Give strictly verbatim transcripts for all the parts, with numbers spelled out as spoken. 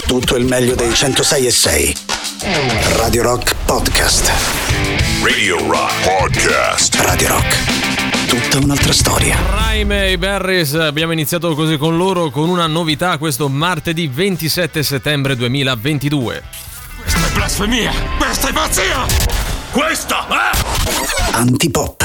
tutto il meglio dei centosei e sei. Radio Rock Podcast. Radio Rock Podcast. Radio Rock. Tutta un'altra storia. Raime e Barris, abbiamo iniziato così con loro con una novità questo martedì ventisette settembre duemilaventidue. Questa è blasfemia! Questa è pazzia! Questa è... Antipop.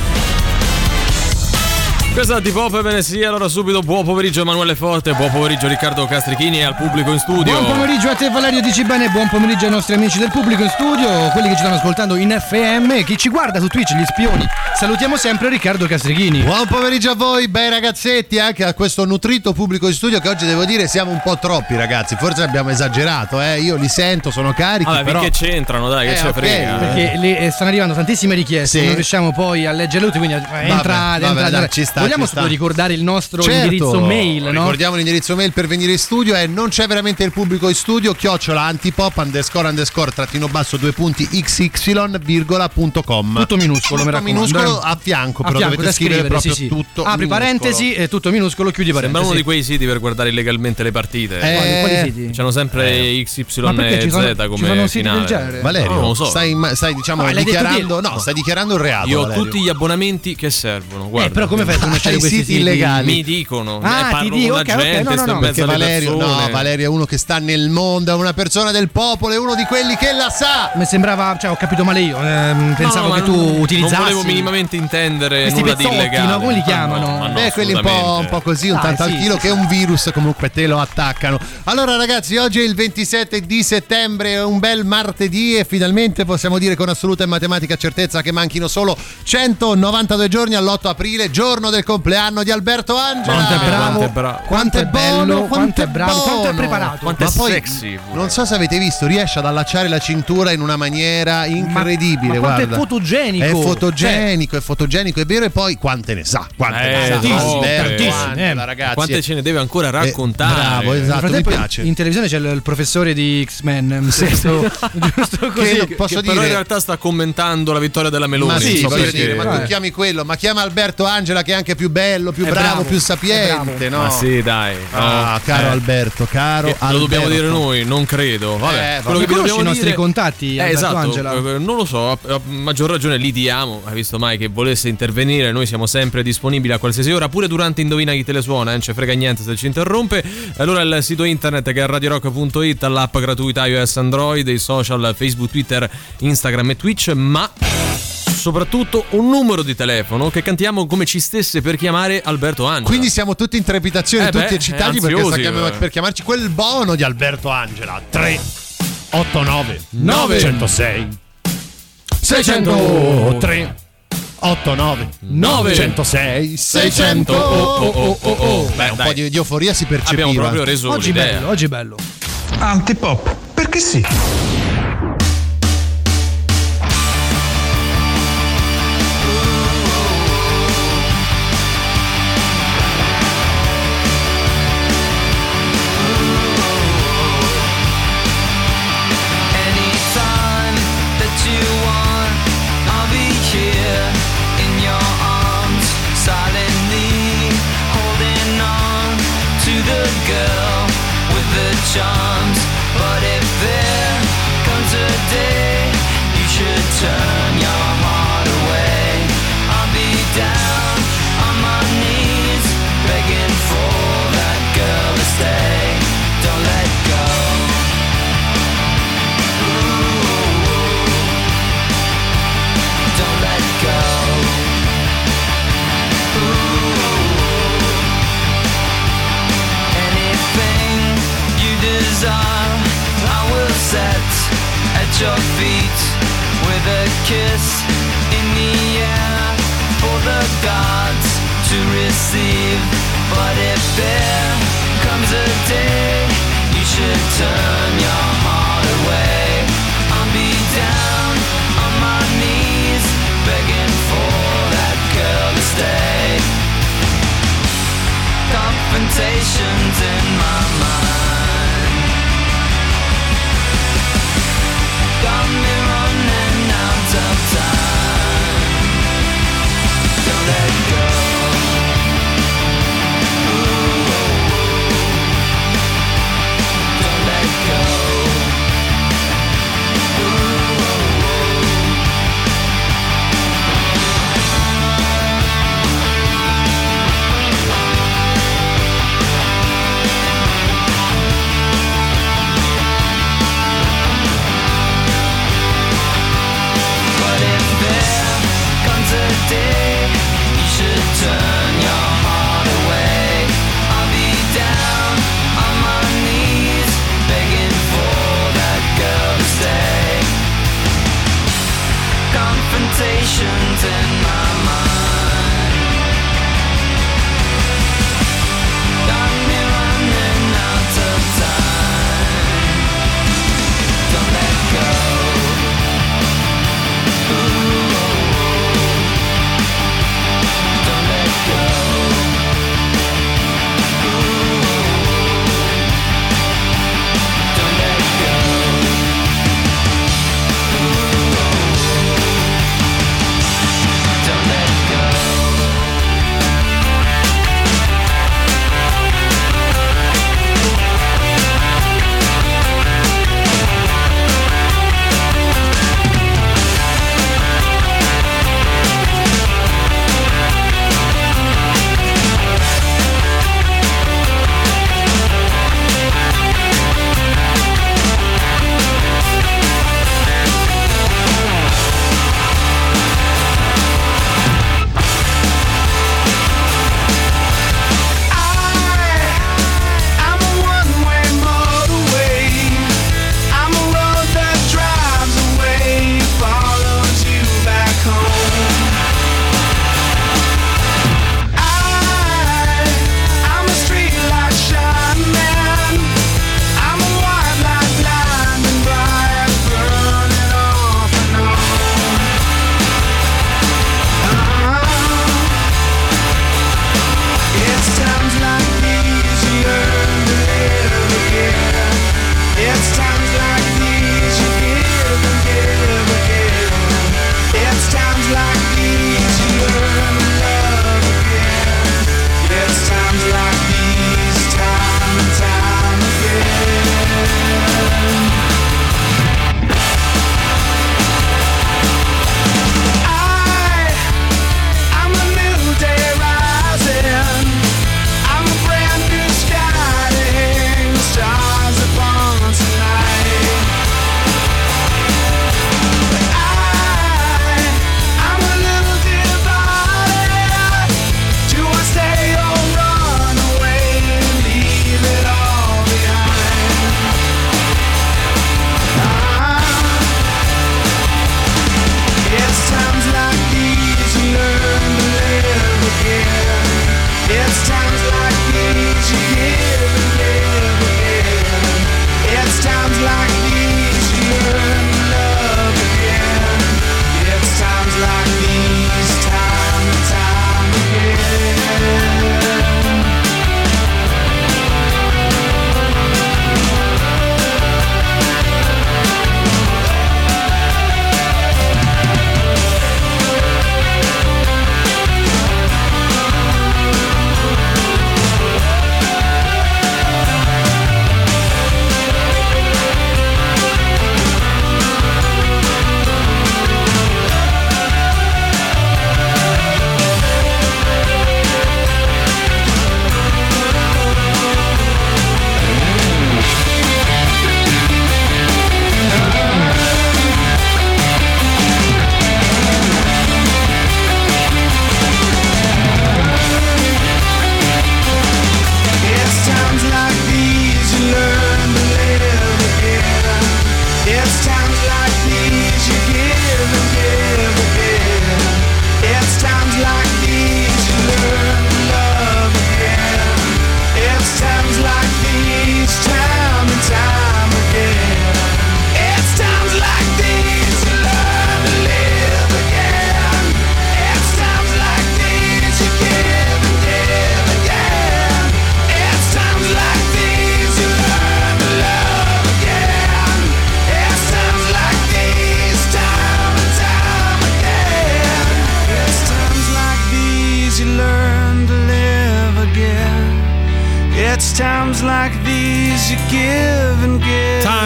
Questa Antipop, bene sia, allora subito buon pomeriggio Emanuele Forte, buon pomeriggio Riccardo Castrichini e al pubblico in studio. Buon pomeriggio a te Valerio Dici Bene, buon pomeriggio ai nostri amici del pubblico in studio, quelli che ci stanno ascoltando in F M e chi ci guarda su Twitch, gli spioni. Salutiamo sempre Riccardo Castrichini. Buon pomeriggio a voi, bei ragazzetti, anche a questo nutrito pubblico in studio che oggi devo dire siamo un po' troppi ragazzi, forse abbiamo esagerato, eh. Io li sento, sono carichi, allora, però... che c'entrano, dai, che Eh, ce ok, frega. Perché eh. lì eh, stanno arrivando tantissime richieste, Sì. non riusciamo poi a leggerle tutte, quindi eh, entrate, vabbè, entrate. dai, ci sta, Vogliamo ci sta. solo ricordare il nostro Certo, indirizzo mail, no? ricordiamo l'indirizzo mail per venire in studio è non c'è veramente il pubblico in studio chiocciola antipop underscore underscore trattino basso due punti xy virgola punto com. Tutto minuscolo, mi tutto raccomando. minuscolo a fianco, A però fianco, dovete da scrivere, scrivere, proprio sì, sì. tutto Apri minuscolo. parentesi e tutto minuscolo, chiudi Sembra parentesi. uno di quei siti per guardare illegalmente le partite. Eh, Quali, quali siti? C'hanno sempre X Y Ma perché ci sono- e Z come ci sono siti finale. del genere? Valerio, No, non lo so. stai, stai diciamo Ma l'hai detto dichiarando, te? no, stai dichiarando il reato. Io ho Valerio. tutti gli abbonamenti che servono. Guarda. Eh, però come fai a conoscere Ai questi siti siti illegali. Mi dicono, Ah, ne parlo ti dico, con ok, la ok, gente, no, no, sto no, in mezzo Perché alle Valerio, persone. no, Valerio è uno che sta nel mondo, è una persona del popolo, è uno di quelli che la sa. Mi sembrava, cioè ho capito male io, ehm, pensavo No, che ma tu non- utilizzassi. Non volevo minimamente intendere questi nulla di pezzotti, illegale. no? Come li Ma chiamano? no, ma no, Beh, quelli un po', assolutamente. un po' così, un Dai, tanto al sì, chilo, sì, che sì. un virus comunque te lo attaccano. Allora ragazzi, oggi è il ventisette di settembre, è un bel martedì e finalmente possiamo dire con assoluta e matematica certezza che manchino solo centonovantadue giorni all'otto aprile, giorno del compleanno di Alberto Angela. Quanto è bravo, Quanto è bravo. quanto è buono, bello, quanto è bravo, buono. quanto è preparato. Quanto è Ma poi, sexy pure. non so se avete visto, riesce ad allacciare la cintura in una maniera incredibile. ma quanto è guarda. fotogenico. È fotogenico, è fotogenico, è vero. E poi quante ne sa? Quante Eh, ne sa? tantissime, Alberto tantissime, Angela, eh. ragazzi. Quante ce ne deve ancora Eh, raccontare? bravo, Nel esatto, mi frattempo piace. in televisione c'è il, il professore di X-Men, giusto, giusto così. Che- Che- posso che però dire- in realtà sta commentando la vittoria della Meloni. Ma sì, non so voglio perché. dire, ma tu Eh. chiami quello, ma chiama Alberto Angela che è anche più bello, più È bravo, bravo, più è sapiente, bravo. no? Ma sì, dai. Ah, no. caro Eh. Alberto, caro Che Alberto. lo dobbiamo dire noi, non credo. Vabbè, Eh, quello vabbè. che vi Conosci dobbiamo i nostri dire... contatti, Eh, Alberto esatto, Angela? eh, non lo so, a, a maggior ragione li diamo, hai visto mai che volesse intervenire, noi siamo sempre disponibili a qualsiasi ora, pure durante Indovina chi te le suona, eh, non ci frega niente se ci interrompe. Allora il sito internet che è radio rock punto it, l'app gratuita iOS Android, i social Facebook, Twitter, Instagram e Twitch, ma soprattutto un numero di telefono che cantiamo come ci stesse per chiamare Alberto Angela. Quindi siamo tutti in trepidazione, Eh tutti beh, eccitati perché ansiosi, sta chiamando- eh. per chiamarci quel bono di Alberto Angela. tre otto nove nove centosei seicentotre otto nove nove centosei seicento. Oh, oh, oh, oh, oh. Beh, Beh, un dai. po' di, di euforia si percepiva. Abbiamo proprio reso Oggi l'idea. bello, oggi bello. Antipop, perché sì. Anytime that you want, I'll be here in your arms, silently holding on to the girl with the charms. But if there comes a day you should turn your heart away, I'll be down on my knees begging for that girl to stay. Don't let go. Don't let go. Anything you desire, I will set at your feet with a kiss in the air for the gods to receive. But if there comes a day you should turn your heart away, I'll be down on my knees begging for that girl to stay. Confrontations in my mind got me running out of time. Don't let go. Ooh, ooh, ooh.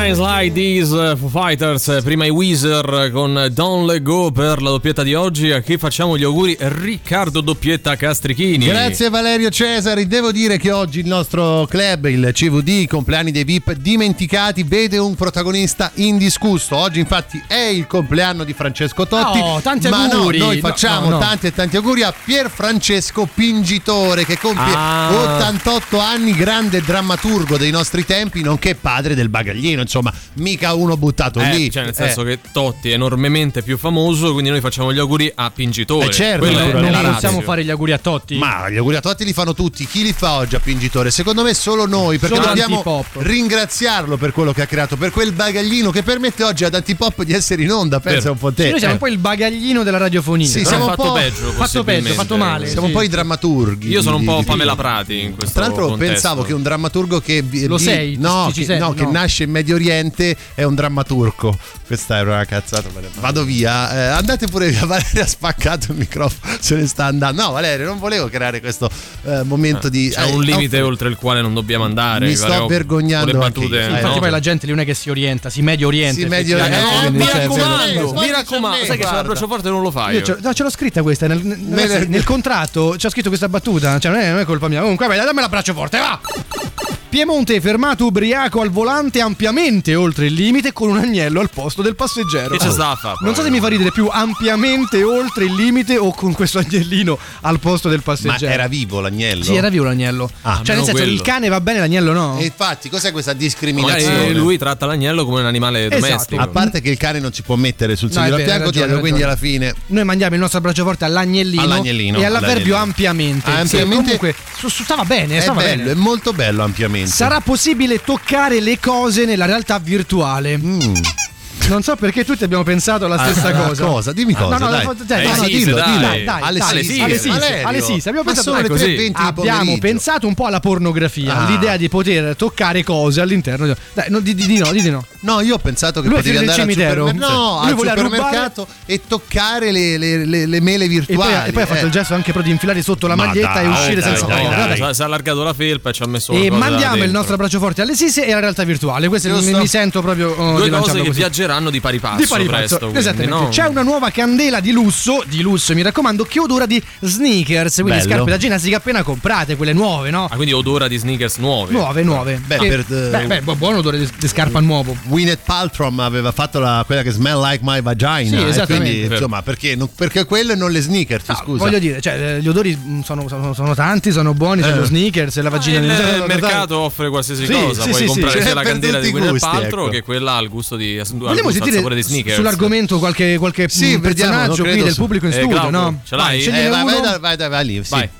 Times Like These, Foo Fighters, prima i Weezer con Don't Let Go per la doppietta di oggi. A chi facciamo gli auguri? Riccardo Doppietta Castrichini. Grazie Valerio Cesari. Devo dire che oggi il nostro club, il C V D, i compleanni dei V I P dimenticati, vede un protagonista indiscusso. Oggi infatti è il compleanno di Francesco Totti. Oh, tanti ma auguri. no, noi No, facciamo no, no. tanti e tanti auguri a Pier Francesco Pingitore, che compie Ah. ottantotto anni, grande drammaturgo dei nostri tempi, nonché padre del bagaglino. Insomma, mica uno buttato Eh, lì. cioè nel senso Eh. che Totti è enormemente più famoso, quindi noi facciamo gli auguri a Pingitore. Eh, certo, Quella è- naturalmente. è la Non ratio. possiamo fare gli auguri a Totti. Ma gli auguri a Totti li fanno tutti. Chi li fa oggi a Pingitore? Secondo me solo noi, perché Solo dobbiamo Antipop. ringraziarlo per quello che ha creato, per quel bagaglino che permette oggi ad Antipop di essere in onda. Pensa Vero. un po' te. Noi siamo Eh. un po' il bagaglino della radiofonia. Sì, Però siamo è un fatto po' peggio, fatto possibilmente. peggio, fatto male. Siamo sì. un po' i drammaturghi. Io sono un di- po' di- Pamela Prati in questo Tra l'altro contesto. pensavo che un drammaturgo che vi- Lo vi- sei? no, Ci- ci che, sei? no, No. che nasce in Medio Oriente è un drammaturgo. Questa era una cazzata. me ne- Vado via. Eh, andate pure via. Valerio ha spaccato il microfono, se ne sta andando. No, Valerio, non volevo creare questo eh, momento di. C'è eh, un limite no, oltre il quale non dobbiamo andare. Mi sto Faremo- vergognando con le anche battute, io. Sì, Eh, infatti no? poi la gente lì non è che si orienta, si medio orienta. Si medio effettivamente, orienta. Eh, quindi, mi cioè, raccomando, vero. mi raccomando. Me, Sai che se la guarda. Bracciaforte non lo fai. Io ce, no, ce l'ho scritta questa nel, nel, Me le- nel contratto c'è scritto questa battuta, cioè non è, non è colpa mia. Comunque vabbè, dammi l'abbraccio forte, va! Piemonte fermato ubriaco al volante ampiamente oltre il limite con un agnello al posto del passeggero. Che c'è sta a fare? Non so se mi fa ridere più ampiamente oltre il limite o con questo agnellino al posto del Ma passeggero. era vivo l'agnello? Sì, era vivo l'agnello. Ah, cioè nel almeno senso quello. il cane va bene, l'agnello no. E infatti, cos'è questa Magari discriminazione? lui tratta l'agnello come un animale Esatto. domestico. A parte che il cane non si può mettere sul No, sedile è a vero, fianco hai ragione, dietro, hai quindi alla ragione. fine. Noi mandiamo il nostro abbraccio forte all'agnellino, All'agnellino, e all'avverbio all'agnellino. ampiamente. Ah, Sì, ampiamente- comunque su- su- stava bene, È stava bello, bene. è molto bello ampiamente. Sarà possibile toccare le cose nella realtà virtuale. Mm. Non so perché tutti abbiamo pensato alla stessa Ah, cosa. cosa? Dimmi cosa, No, no, dai. no, dai, Eh, no, no, sì, dillo, dai. dillo, dai, dai, Alle dai, Sisi, alle Sisi, Valerio. alle Sisi. Abbiamo Ma pensato sono le così. tre e venti di Abbiamo pomeriggio. pensato un po' alla pornografia, Ah. l'idea di poter toccare cose all'interno di... Dai, no, di, di, di no, di, di no. No, io ho pensato che Lui è potevi figlio del andare al, cimitero. supermer- no, Lui al voleva supermercato e toccare le, le- le- le mele E poi, virtuali. e poi ha fatto eh. il gesto anche però di infilare sotto la Ma maglietta dai, e uscire dai, senza dai, no, dai. vabbè. Si è- si è allargato la felpa e ci ha messo E una cosa mandiamo il dentro. nostro abbraccio forte alle Sisi e alla realtà virtuale. Questo mi, Giusto. mi sento proprio oh, Due di cose lanciarlo che così. viaggeranno di pari passo Di pari passo, presto, quindi, esattamente. no? C'è una nuova candela di lusso, di lusso mi raccomando, che odora di sneakers, quindi Bello. scarpe da ginnastica appena comprate, quelle nuove, no? Ah, quindi odora di sneakers nuovi. Nuove, nuove. Beh, Che- per, eh, beh, beh, bu- buon odore di, di scarpa nuovo. Gwyneth Paltrow aveva fatto la, quella che smell like my vagina. Sì, e esattamente. quindi, insomma, perché, non- perché quello e non le sneakers, No, scusa. voglio dire, cioè, eh, gli odori mh, sono, sono- sono tanti, sono buoni, sono Eh. lo sneakers, la vagina il del mercato offre qualsiasi Sì, cosa, sì, puoi sì, comprare sì. sia la Per candela tutti di i Gwyneth gusti, Paltrow ecco. che quella al gusto di al Vogliamo gusto, al sentire sapore di sneakers. sull'argomento qualche, qualche Sì, mh, vediamo, personaggio non qui credo del su- pubblico in Eh, studio, Glauco, no? ce l'hai? Vai, scegliene Eh, vai, uno. vai, vai, vai, vai lì, sì. Vai.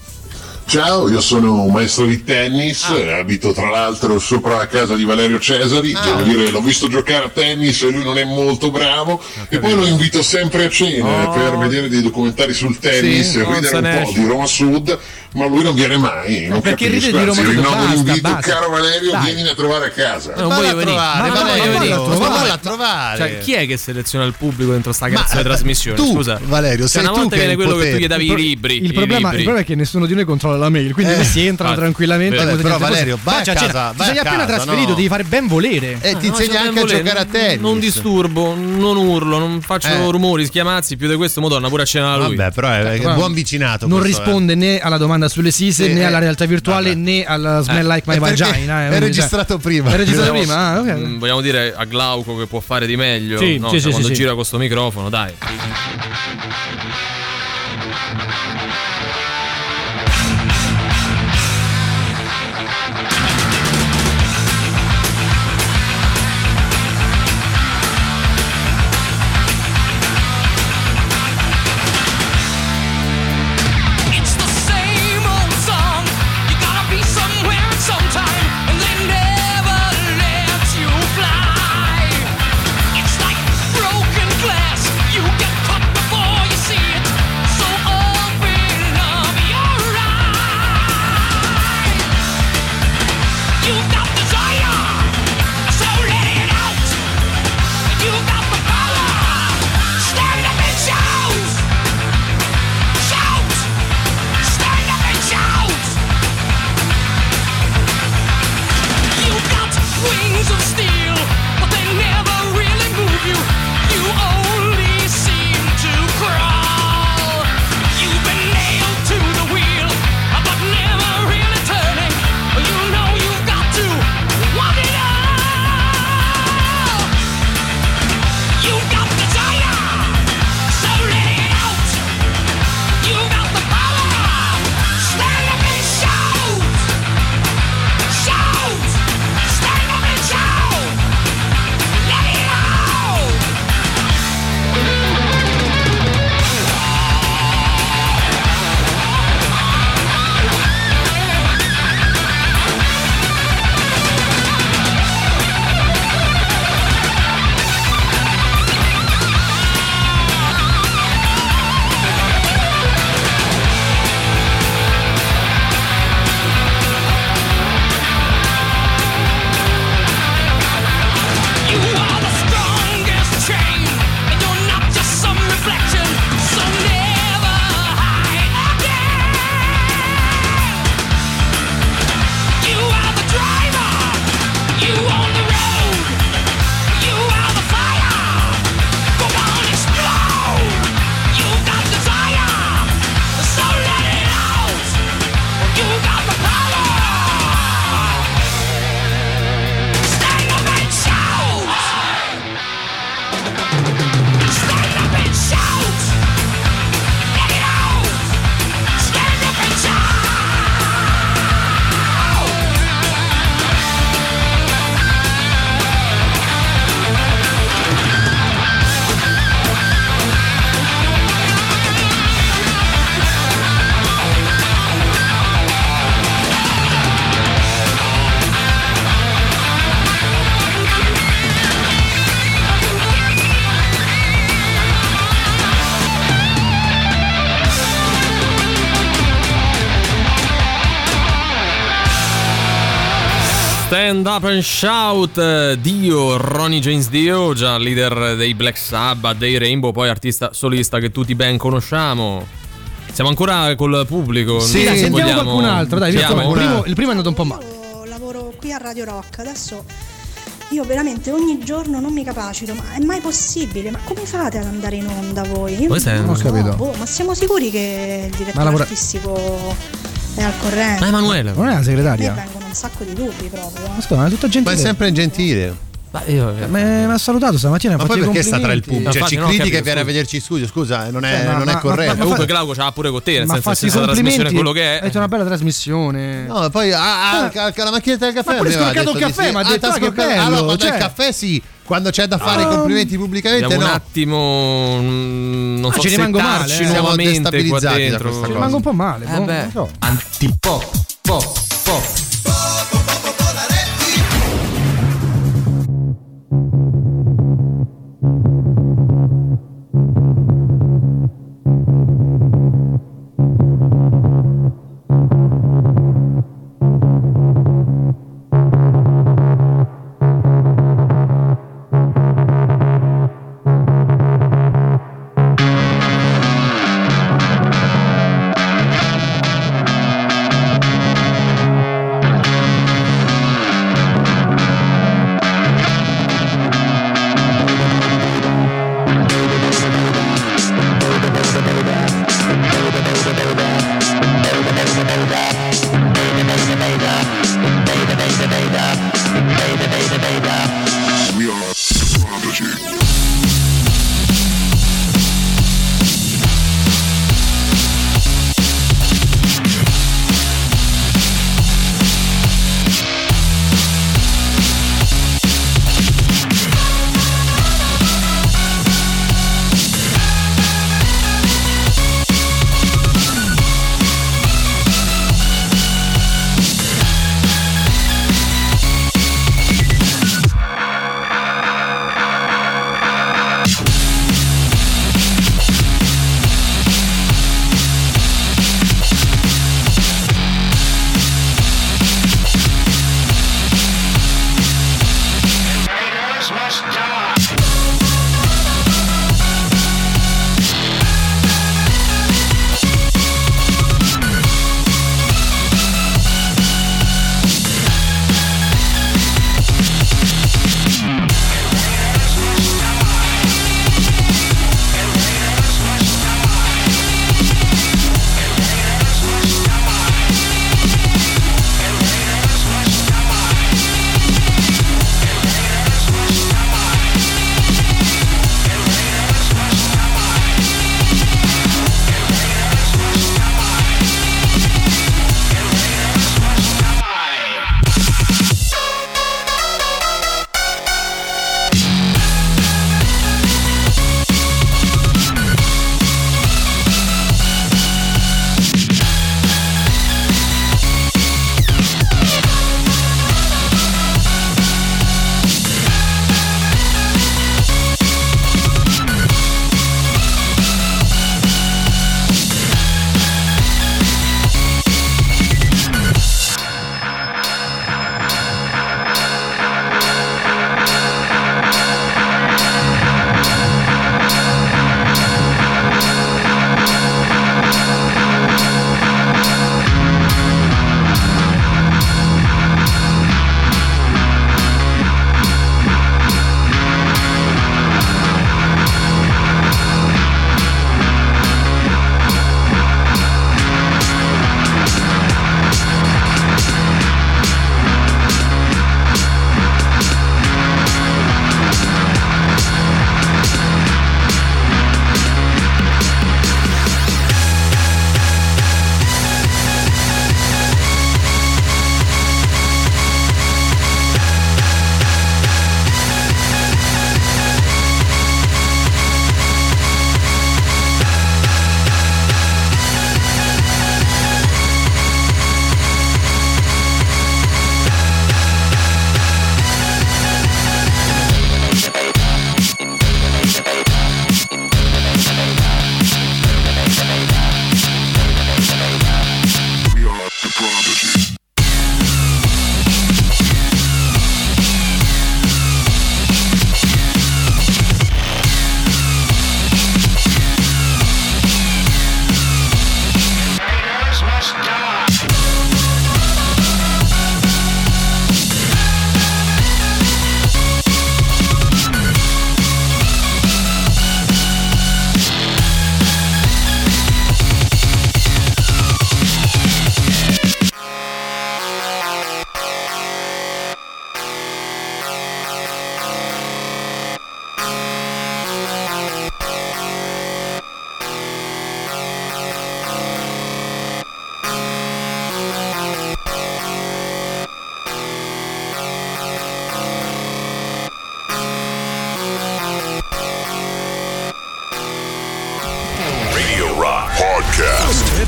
Ciao, io sono un maestro di tennis, eh, abito tra l'altro sopra la casa di Valerio Cesari, devo dire l'ho visto giocare a tennis e lui non è molto bravo e poi lo invito sempre a cena Oh. per vedere dei documentari sul tennis Sì, e non se ridere ne un po' esce. di Roma Sud, ma lui non viene mai, non Perché capisco, ride di Roma anzi, Sud, rinnovo basta, l'invito, basta. caro Valerio, Dai. vieni a trovare a casa. Non Valla voglio a venire. trovare, Ma no, Valerio, no, valla a trovare. valla a trovare. Cioè, chi è che seleziona il pubblico dentro sta Ma, cazzo di trasmissione? tu, Scusa. Valerio, Cioè, sei una tu volta che viene hai il quello che tu potere. gli davi pro- i libri. il i problema, libri. il problema è che nessuno di noi controlla la mail, quindi Eh, questi entrano infatti. tranquillamente. Vabbè, come però, niente fosse. Valerio, vai Faccia a cena. casa, Ti vai sei a appena casa, trasferito, no. devi fare ben volere. E Ah, ti no, insegna cioè, anche a ben volere. giocare a tennis. Non disturbo, non urlo, non faccio Eh. rumori, schiamazzi, più di questo, madonna, pure a cena da lui. Vabbè, però è, è Guarda, buon vicinato. Non questo, eh. risponde né alla domanda sulle sise, Sì, né eh, alla realtà virtuale, vabbè. né alla smell like my Eh, perché vagina. eh, è quindi, registrato cioè, prima. È registrato Vogliamo- prima? Ah, ok. Mm, vogliamo dire a Glauco che può fare di meglio? Sì, no? sì, Cioè, sì, quando sì, gira con sto microfono, dai. It's the same old song. You gotta be somewhere at some time, and they never let you fly. It's like broken glass. You get cut before Stand Up and Shout, Dio, Ronnie James Dio, già leader dei Black Sabbath, dei Rainbow, poi artista solista che tutti ben conosciamo. Siamo ancora col pubblico. Sì, dai, sentiamo vogliamo... qualcun altro, dai, visto, il, primo, il primo è andato un po' male. Io lavoro qui a Radio Rock, adesso io veramente ogni giorno non mi capacito, ma è mai possibile? Ma come fate ad andare in onda voi? Io non, non ho so, capito. boh, ma siamo sicuri che il direttore lavora... artistico è al corrente? Ma Emanuele, non è la segretaria? A me vengono un sacco di dubbi proprio. Ma scusa, ma è tutta gentile. Ma è sempre gentile. Ma io, mi ha salutato stamattina. Ma poi perché sta tra il pubblico? No, cioè, infatti, ci no, critica capito, e viene a scusa. vederci in studio. Scusa, non è, Eh, ma- non è ma- corretto. ma- ma- comunque Glauco ce l'ha pure con te, nel Ma senso fatti i che la trasmissione è complimenti. quello che è. Hai fatto una bella trasmissione. No, poi ah, ah, la macchinetta del caffè. Ma pure mi aveva scorcato detto il di caffè, sì. ma ha Ah, detto, t'ha ah, che scorcato- bello, allora, quando cioè- è il caffè sì, quando c'è da fare i complimenti pubblicamente Andiamo no. un attimo, mm, non Ah, so, ci rimango male, settarci eh. Siamo nuovamente qua destabilizzati da dentro. questa Ci cosa. rimango un po' male. Eh boh, beh. non so. Antipop, pop, pop.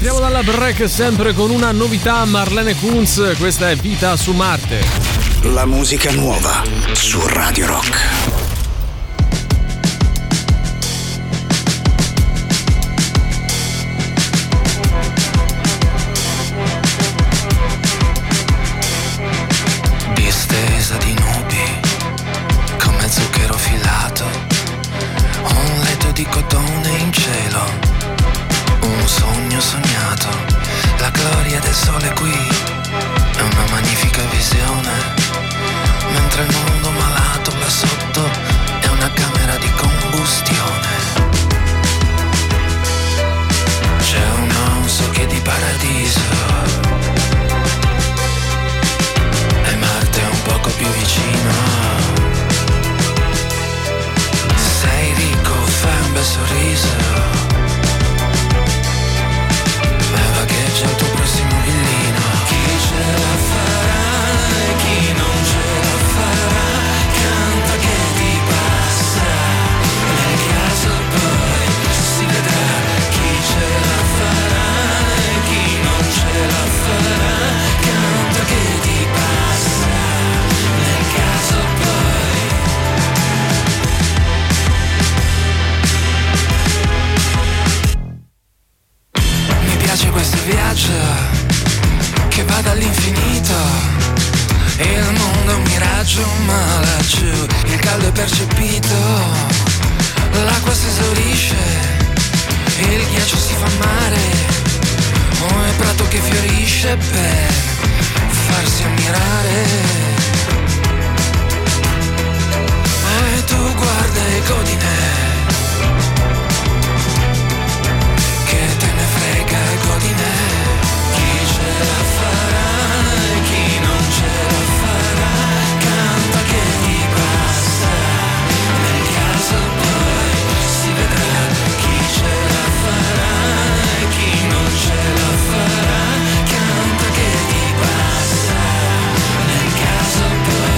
Rientriamo dalla break sempre con una novità, Marlene Kunz, questa è Vita su Marte. La musica nuova su Radio Rock. Distesa di nubi, come zucchero filato, un letto di cotone in cielo, un sogno sognato, la gloria del sole qui è una magnifica visione, mentre il mondo malato là sotto è una camera di combustione. C'è un non so che di paradiso e Marte è un poco più vicino. Sei ricco, fai un bel sorriso e vagheggia il tuo prossimo villino. Chi ce la farà e chi non ce la farà, canta che ti passa, nel caso poi si vedrà. Chi ce la farà e chi non ce la farà, canta che ti passa, nel caso poi. Mi piace questo viaggio che va dall'infinito, il mondo è un miraggio, ma laggiù il caldo è percepito, l'acqua si esaurisce, il ghiaccio si fa mare, un prato che fiorisce per farsi ammirare. E tu guarda e godine, che te ne frega e godine. Chi ce la farà e chi non ce la farà, canta che ti passa, nel caso poi si vedrà. Chi ce la farà e chi non ce la farà, canta che ti passa, nel caso poi.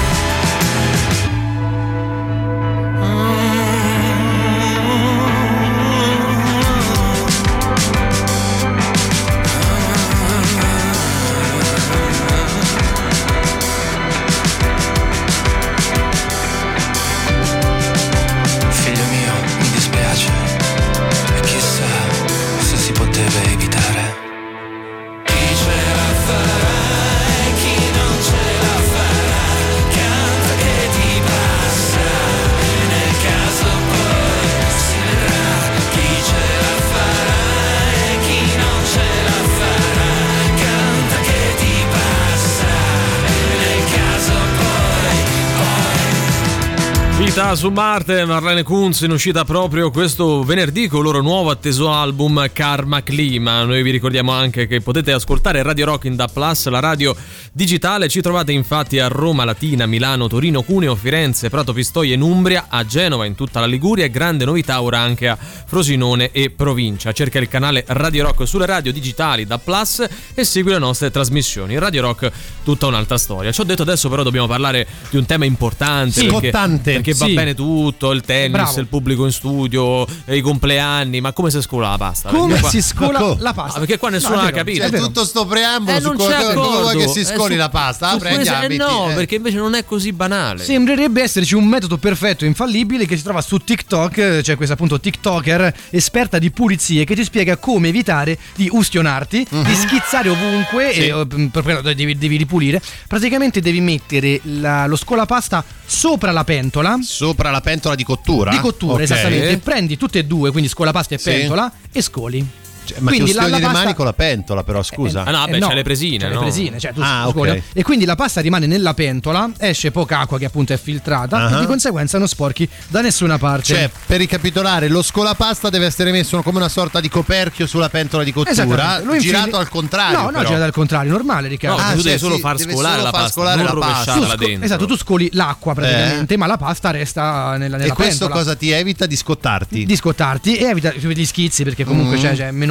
Figlio mio, mi dispiace, e chissà se si poteva evitare. Chi ce la farà e chi non ce la farà, canta che ti passa, e nel caso poi si vedrà. Chi ce la farà e chi non ce la farà, canta che ti passa, e nel caso poi, poi. Vita su Marte, Marlene Kunz, in uscita proprio questo venerdì con il loro nuovo atteso album Karma Clima. Noi vi ricordiamo anche che potete ascoltare Radio Rock in D A B plus, la radio digitale. Ci trovate infatti a Roma, Latina, Milano, Torino, Cuneo, Firenze, Prato Pistoia in Umbria, a Genova, in tutta la Liguria e grande novità ora anche a Frosinone e provincia. Cerca il canale Radio Rock sulle radio digitali D A B plus e segui le nostre trasmissioni. Radio Rock, tutta un'altra storia. Ci ho detto, adesso però dobbiamo parlare di un tema importante, Sì, perché, importante, perché va sì. bene tutto, il tennis, Bravo. il pubblico in studio, i compleanni, ma come si scola la pasta? Come Perché qua- si scola Ma co- la pasta? Ah, perché qua nessuno No, è ha vero, capito. C'è è vero. tutto sto preambolo Eh, su non come, c'è come vuoi accordo. che si Eh, scoli su- la pasta. su Ah, prendi, questo- eh, abiti, no, eh. perché invece non è così banale. Sembrerebbe esserci un metodo perfetto e infallibile che si trova su TikTok. C'è questa appunto TikToker esperta di pulizie che ti spiega come evitare di ustionarti, di schizzare ovunque, Sì. e, eh, per- per- devi, devi ripulire. Praticamente devi mettere la- lo scolapasta sopra la pentola Sopra la pentola di cottura. di cottura, Ok. esattamente. Prendi tutte e due, quindi scolapasta e Sì. pentola, e scoli. Cioè, ma Quindi ti la- ustioni la le pasta- mani con la pentola, però scusa. Ah, no, beh, Eh, c'è le presine, c'è no? le presine, cioè tu Ah, scoli, ok. e quindi la pasta rimane nella pentola, esce poca acqua che appunto è filtrata, Ah. e di conseguenza non sporchi da nessuna parte. Cioè, per ricapitolare, lo scolapasta deve essere messo come una sorta di coperchio sulla pentola di cottura, Esattamente. Lo infili- girato al contrario. No, no, però. girato al contrario, normale, Riccardo. No, Ah, tu sì, devi solo sì, far deve scolare solo la far pasta, scolare non la pasta. rovesciarla Tu sco- dentro. esatto, tu scoli l'acqua praticamente, ma la pasta resta nella, nella E questo pentola. cosa ti evita? Di scottarti. Di scottarti e evita gli schizzi, perché comunque Mm. c'è, c'è meno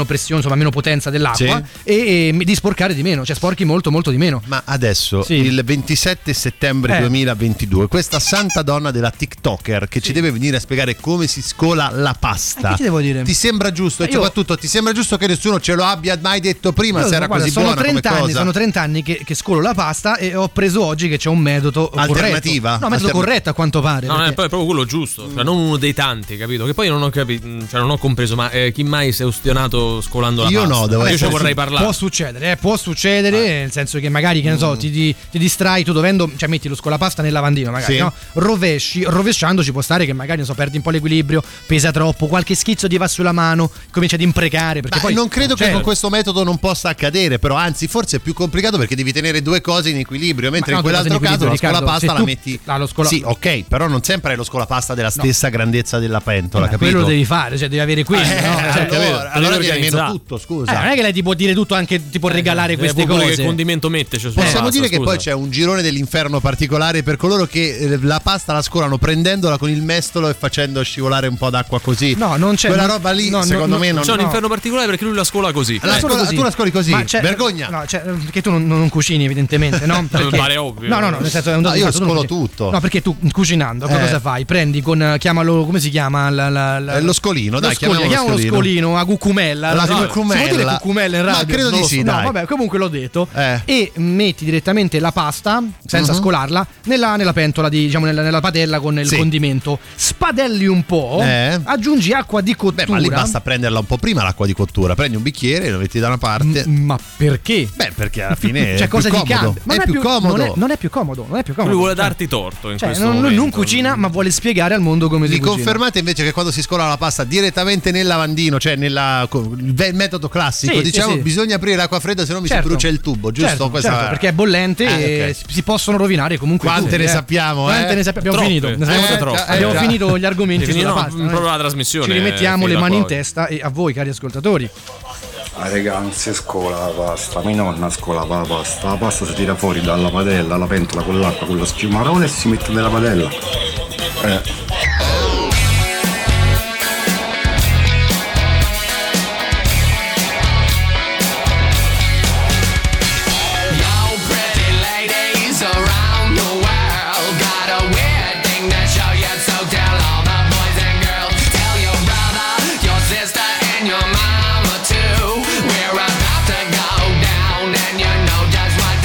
meno pressione, insomma meno potenza dell'acqua, sì. e, e di sporcare di meno, cioè sporchi molto molto di meno. Ma adesso sì. il ventisette settembre eh. duemilaventidue questa santa donna della TikToker che sì. ci deve venire a spiegare come si scola la pasta. Eh, che ti devo dire? Ti sembra giusto? E io... soprattutto ti sembra giusto che nessuno ce lo abbia mai detto prima? Io, se era guarda, così sono buona trenta come anni, cosa? sono trenta anni che, che scolo la pasta e ho preso oggi che c'è un metodo alternativa? Corretto. No, metodo Alterna- corretto a quanto pare. No, perché... è proprio quello giusto, cioè non uno dei tanti, capito? Che poi non ho capito, cioè non ho compreso, ma eh, chi mai si è ustionato scolando la Io pasta? no, devo Io essere ci vorrei parlare. Può succedere, eh, può succedere, ah. nel senso che magari, che ne so, mm. ti, ti, ti distrai tu dovendo, cioè metti lo scolapasta nel lavandino, magari, sì. no? Rovesci, rovesciando ci può stare che magari, non so, perdi un po' l'equilibrio, pesa troppo, qualche schizzo ti va sulla mano, comincia ad imprecare. Perché Beh, poi non credo cioè, che con questo metodo non possa accadere, però anzi forse è più complicato perché devi tenere due cose in equilibrio, mentre no, in quell'altro in caso la Riccardo, scolapasta la tu... metti. Ah, lo scola... Sì, ok, però non sempre è lo scolapasta della stessa no. grandezza della pentola, eh, capito? Quello lo devi fare, cioè devi avere quello, eh, no? Cioè, cioè, allora, allora devi almeno tutto, scusa. Eh, non è che lei ti può dire tutto, anche ti può regalare eh, queste pure cose. Che condimento mette? Cioè, Possiamo pasta, dire scusa. che poi c'è un girone dell'inferno particolare per coloro che eh, la pasta la scolano prendendola con il mestolo e facendo scivolare un po' d'acqua così. No, non c'è. Quella non, roba lì, no, secondo no, me non c'è un no. inferno particolare perché lui la scola così. La eh. scola così. Tu la scoli così. Vergogna. No, cioè, perché tu non, non cucini, evidentemente, no? Perché, mi pare ovvio. No, no, no, nel senso è un no, io fatto, scolo tutto. No, perché tu cucinando, eh. cosa fai? Prendi con, chiamalo, come si chiama? La, la, la, lo scolino, dai, lo scolino, chiamalo scolino. scolino a cucumella. La si può- cucumella. Si può dire cucumella in radio? Ma credo di sì, no, dai. vabbè, comunque l'ho detto. Eh. E metti direttamente la pasta, senza uh-huh. scolarla, nella, nella pentola, di, diciamo, nella, nella padella con il sì. condimento. Spadelli un po', eh. aggiungi acqua di cottura. Beh, ma lì basta prenderla un po' prima l'acqua di cottura. Prendi un bicchiere, lo metti da una parte. M- ma perché? Beh, perché alla fine cioè, è cosa più gli comodo. cambia? Ma è, non più più, comodo. Non è, non è più comodo, non è più comodo. Lui vuole cioè, darti torto in cioè, questo non, momento. lui non cucina, ma vuole spiegare al mondo come Mi si cucina. confermate invece che quando si scola la pasta direttamente nel lavandino, cioè nella, il metodo classico, Sì, diciamo sì, sì. bisogna aprire l'acqua fredda, se no mi Certo. si brucia il tubo, giusto? Certo, Questa certo, è... perché è bollente Ah, e okay. si- si possono rovinare comunque Quante tutti, ne eh. sappiamo, Quante eh? ne sappiamo? Abbiamo Troppe. finito. Ne Eh, sappiamo- troppe. abbiamo Eh, già. finito gli argomenti Finito, sulla no, pasta. proprio eh. la trasmissione Ci rimettiamo è le finita mani in qua. testa e a voi, cari ascoltatori. Ah, raga, non si scola la pasta, mia nonna scolava la pasta, la pasta si tira fuori dalla padella, la pentola con l'acqua, con lo schiumarone e si mette nella padella. Eh.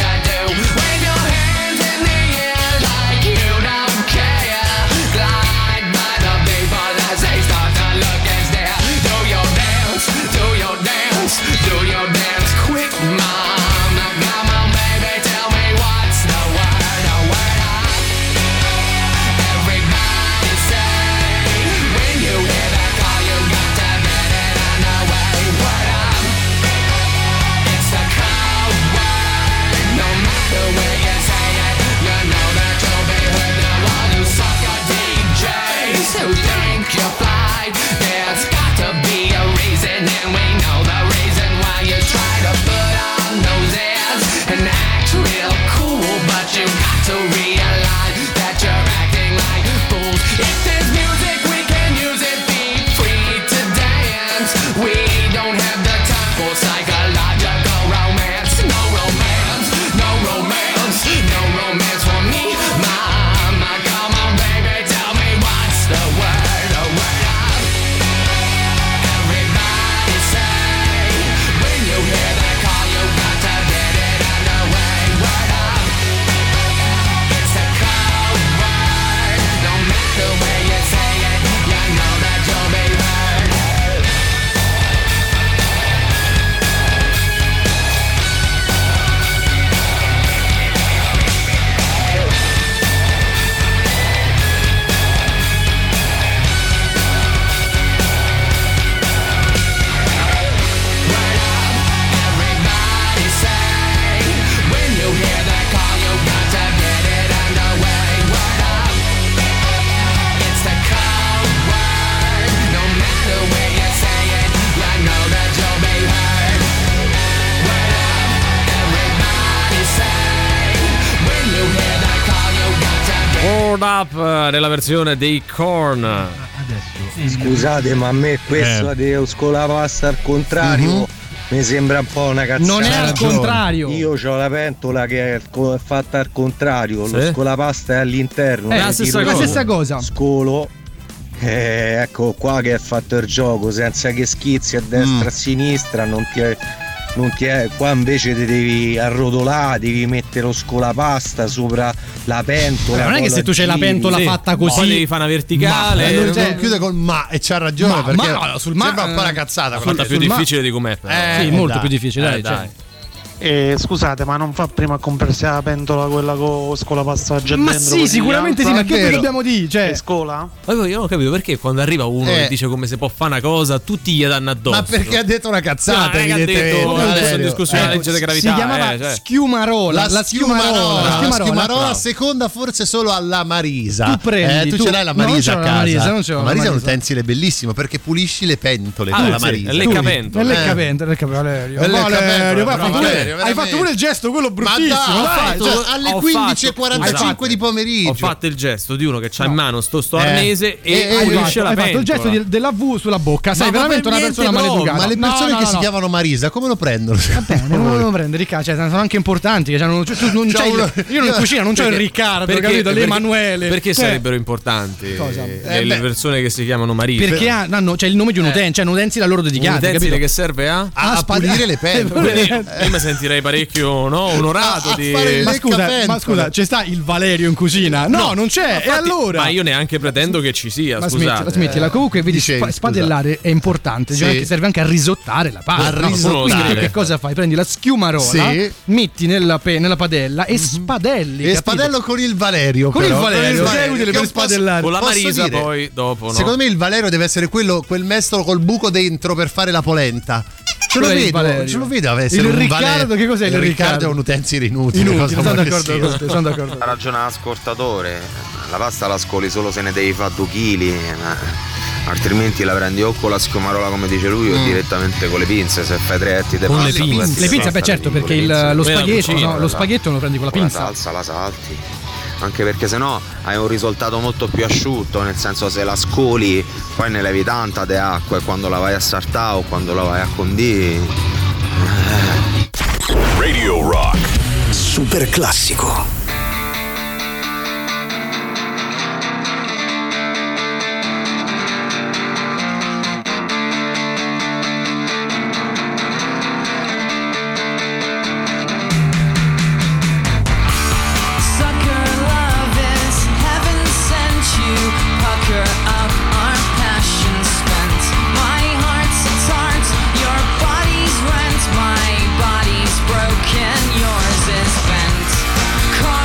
When your hands in the air like you don't care, glide Stored Up nella versione dei Korn. Adesso. Scusate, ma a me questo Eh. dello scolapasta al contrario Mhm. mi sembra un po' una cazzata. Non è al contrario. Io ho la pentola che è co- fatta al contrario, lo Sì. scolapasta è all'interno. È io la stessa tiro cosa. su, La stessa cosa. Scolo. Eh, ecco qua che è fatto il gioco senza che schizzi a destra Mm. a sinistra, non ti è, non ti è, qua invece ti devi arrotolare, devi mettere lo scolapasta sopra la pentola. Beh, non è poi che se tu c'hai la giri. pentola fatta così, Poi devi fare una verticale. Ma, eh, non, non- non chiude col ma e c'ha ragione Ma- perché ma no, sul ma- sembra un po' una cazzata. L'ho quella fatta più sul ma- difficile di com'è. però. Eh, sì, molto dai. più difficile, Eh, dai. dai. cioè. Eh, scusate, ma non fa prima a comprarsi la pentola quella con scolapasta già Ma dentro? sì, così sicuramente sì, alta? ma che ve dobbiamo dire? Cioè, E scola? Ma poi io non ho capito perché quando arriva uno Eh. e dice come si può fare una cosa, tutti gli danno addosso. Ma perché ha detto una cazzata, No, non è che ha evidentemente. detto, Valerio. adesso è in discussione la Eh, legge di si gravità. chiamava eh, cioè. schiumarola. La schiumarola. La schiumarola. schiumarola seconda forse solo alla Marisa. Tu prendi, eh, tu, tu- ce l'hai la no, non Marisa ce a l'ho la casa. Marisa, non ce l'ho la la Marisa è un Marisa. utensile bellissimo perché pulisci le pentole Ah, con la sì, Marisa. è leccapentole. È Eh. leccapentole, leccapentole, Valerio. È leccapentole, Valerio, poi hai fatto bravo, pure- Valerio, hai veramente. fatto pure il gesto quello Ma bruttissimo. dai, dai, ho fatto cioè, alle ho quindici e fatto- quarantacinque di pomeriggio. Ho fatto il gesto di uno che c'ha No. in mano sto, sto Eh. arnese e, E- e- hai pulisce fatto, la hai fatto il pentola. gesto di- della V sulla bocca. Sei ma veramente per una niente persona proprio. maleducata. Ma le No, persone no, che no, si no. chiamano Marisa come lo prendono? Va bene, non lo prende Riccardo, cioè, sono anche importanti. Che c'hanno- cioè, tu non C'ho c'hai il- uno- io in cucina non c'ho il Perché- Riccardo, perché- capito? perché- L'Emanuele. Perché Eh, sarebbero importanti Cosa? le, Eh, le beh. persone che si chiamano Marisa? Perché hanno cioè il nome di un utente, cioè un utensile a loro un dedicato. utensile capito? che serve a? A, a spade- pulire le pentole. Quindi io mi sentirei parecchio no, onorato A- a di fare Ma le scusa, leccapentole. ma scusa, c'è sta il Valerio in cucina? No, non c'è. E Infatti- allora? Ma io neanche pretendo che ci sia, Ma scusate. smettila, smettila. Comunque, vedi, Dicevi, spa- spadellare è importante, Sì. cioè che serve anche a risottare la pasta. A no? risottare. Quindi tu che cosa fai? Prendi la schiumarola, Sì. metti nella, pe- nella padella e spadelli. E capito? spadello con il Valerio. Con il però, Valerio, che è utile che per un po' spadellare. Con la Posso Marisa dire? poi dopo, no? Secondo me il Valerio deve essere quello, quel mestolo col buco dentro per fare la polenta. Ce lo Qual è il vedo, Valerio? ce lo vedo a essere Il un Riccardo, Valerio. che cos'è il Riccardo? Riccardo? È un utensile inutile. Inutile, cosa sono vuoi che d'accordo sia? con te, sono d'accordo. Ha ragione l'ascoltatore, la pasta la scoli solo se ne devi fare due chili, ma altrimenti la prendi o con la schiumarola come dice lui o Mm. direttamente con le pinze, se fai tre etti di Con le pasta, pinze. questi Le pinze, pasta beh certo, con le perché il- pinze. lo Quella spaghetto, cucina, no, lo spaghetto lo prendi con la Con pinza. la salsa la salti. Anche perché sennò hai un risultato molto più asciutto, nel senso se la scoli poi ne levi tanta di acqua e quando la vai a sartare o quando la vai a condire. Radio Rock. Super classico. Sucker love is heaven sent you. Pucker up our passion spent. My heart's its heart, your body's rent. My body's broken, yours is bent. Call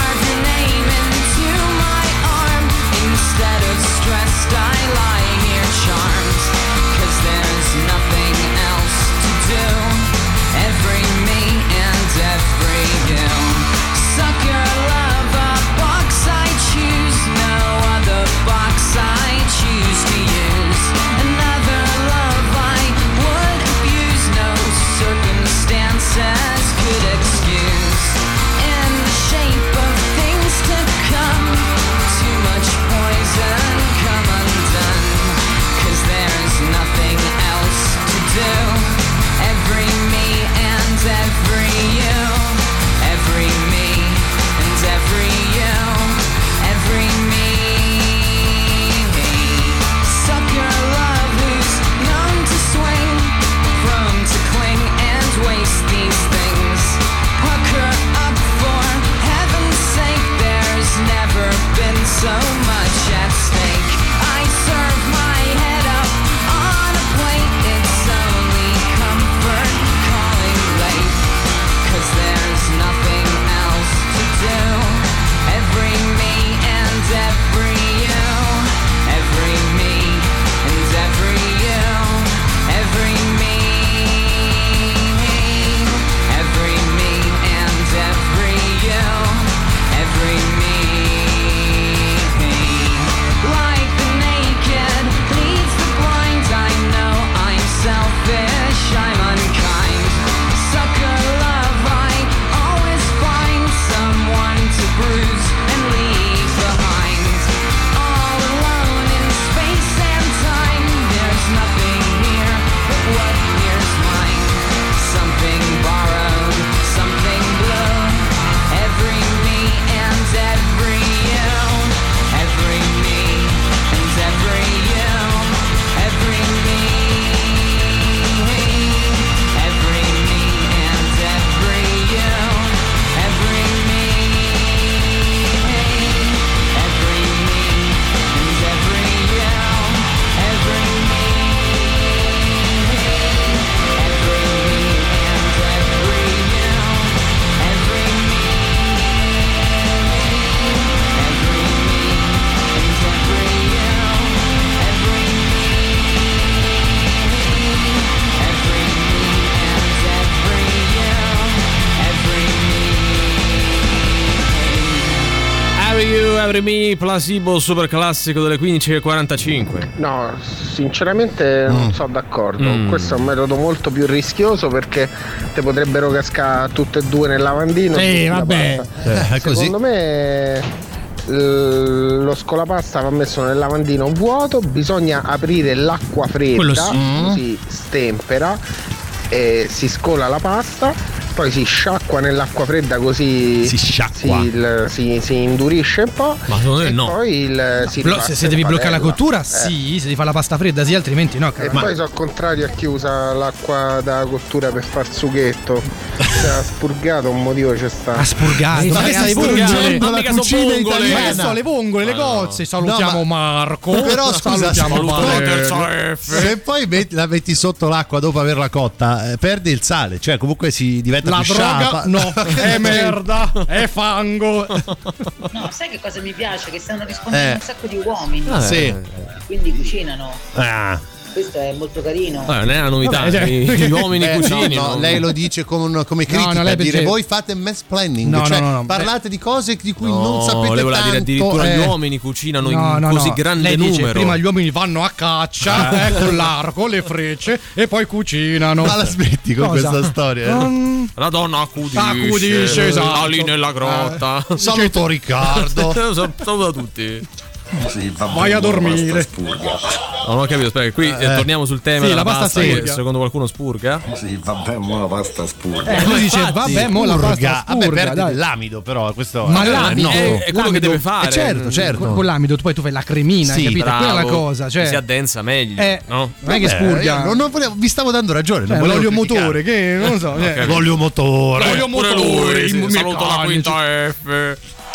Every Me, Placebo, super classico delle quindici e quarantacinque. No, sinceramente Mm. non sono d'accordo. Mm. Questo è un metodo molto più rischioso perché te potrebbero cascare tutte e due nel lavandino. Sì, e la vabbè. pasta. Eh, così. Secondo me l- lo scolapasta va messo nel lavandino vuoto, bisogna aprire l'acqua Quello fredda, sì. così stempera e si scola la pasta, poi si sciacqua nell'acqua fredda così Si sciacqua. si, il- si- si indurisce un po'. Ma secondo me e no. poi il, si Blo- ripassa se, se in devi bloccare la padella. cottura, Eh. sì, se devi fare la pasta fredda, sì, altrimenti no. E caro. poi sono contrario a chi usa l'acqua da cottura per far sughetto. Se ha spurgato un motivo c'è sta. Ha spurgato, Ma ma che che stai stai spurgando? vongole? Ma la mica sono cucina vongole. Ma che italiana. so, le vongole, le Ma no. cozze. Salutiamo No, ma- Marco. Però scusa, salutiamo se- Valerio. se poi metti- la metti sotto l'acqua dopo averla cotta, eh, perdi il sale, cioè comunque si diventa La più droga sciapa. no, è merda, è fango. No, sai che cosa mi piace? Che stanno rispondendo Eh. un sacco di uomini, Ah, Sì. eh. quindi cucinano. Ah. Questo è molto carino. Vabbè, non è una novità, Vabbè, cioè, gli, gli uomini Eh, cucini. no, no, lei lo dice come, come critica, no, lei dire dice- voi fate mansplaining, No, cioè no, no, no. parlate di cose di cui No, non sapete lei voleva tanto. dire addirittura eh. gli uomini cucinano No, in no, così no. grande Lei dice, numero. prima gli uomini vanno a caccia eh, con l'arco, le frecce e poi cucinano. Ma la smetti con Cosa? questa storia? eh? Non- La donna accudisce, Accudisce, esatto. là lì nella grotta. Eh, saluto Riccardo. Sal- Saluta tutti. Sì, va Vai a bene, dormire. basta, spurga. Non ho capito, aspetta, qui eh, torniamo sul tema Sì, della la pasta pasta che spurga. secondo qualcuno spurga. Sì, vabbè, mo la pasta spurga. Eh, lui dice, Infatti, vabbè, mo la pasta spurga. Vabbè, spurga, perde dai. dell'amido però, questo Ma eh, l'amido no. è- è quello che deve fare. Eh, certo, certo. Con, con l'amido tu poi tu fai la cremina, Sì, hai capito? Quella è la Bravo, cosa, cioè si addensa meglio, eh, no? non è che Vabbè, spurga. io non, non volevo- vi stavo dando ragione, non Eh, volevo l'olio criticare. motore, che non lo so. eh. Ok. L'olio motore. L'olio Pure motore, lui, i sì, meccanici. saluto la quinta F.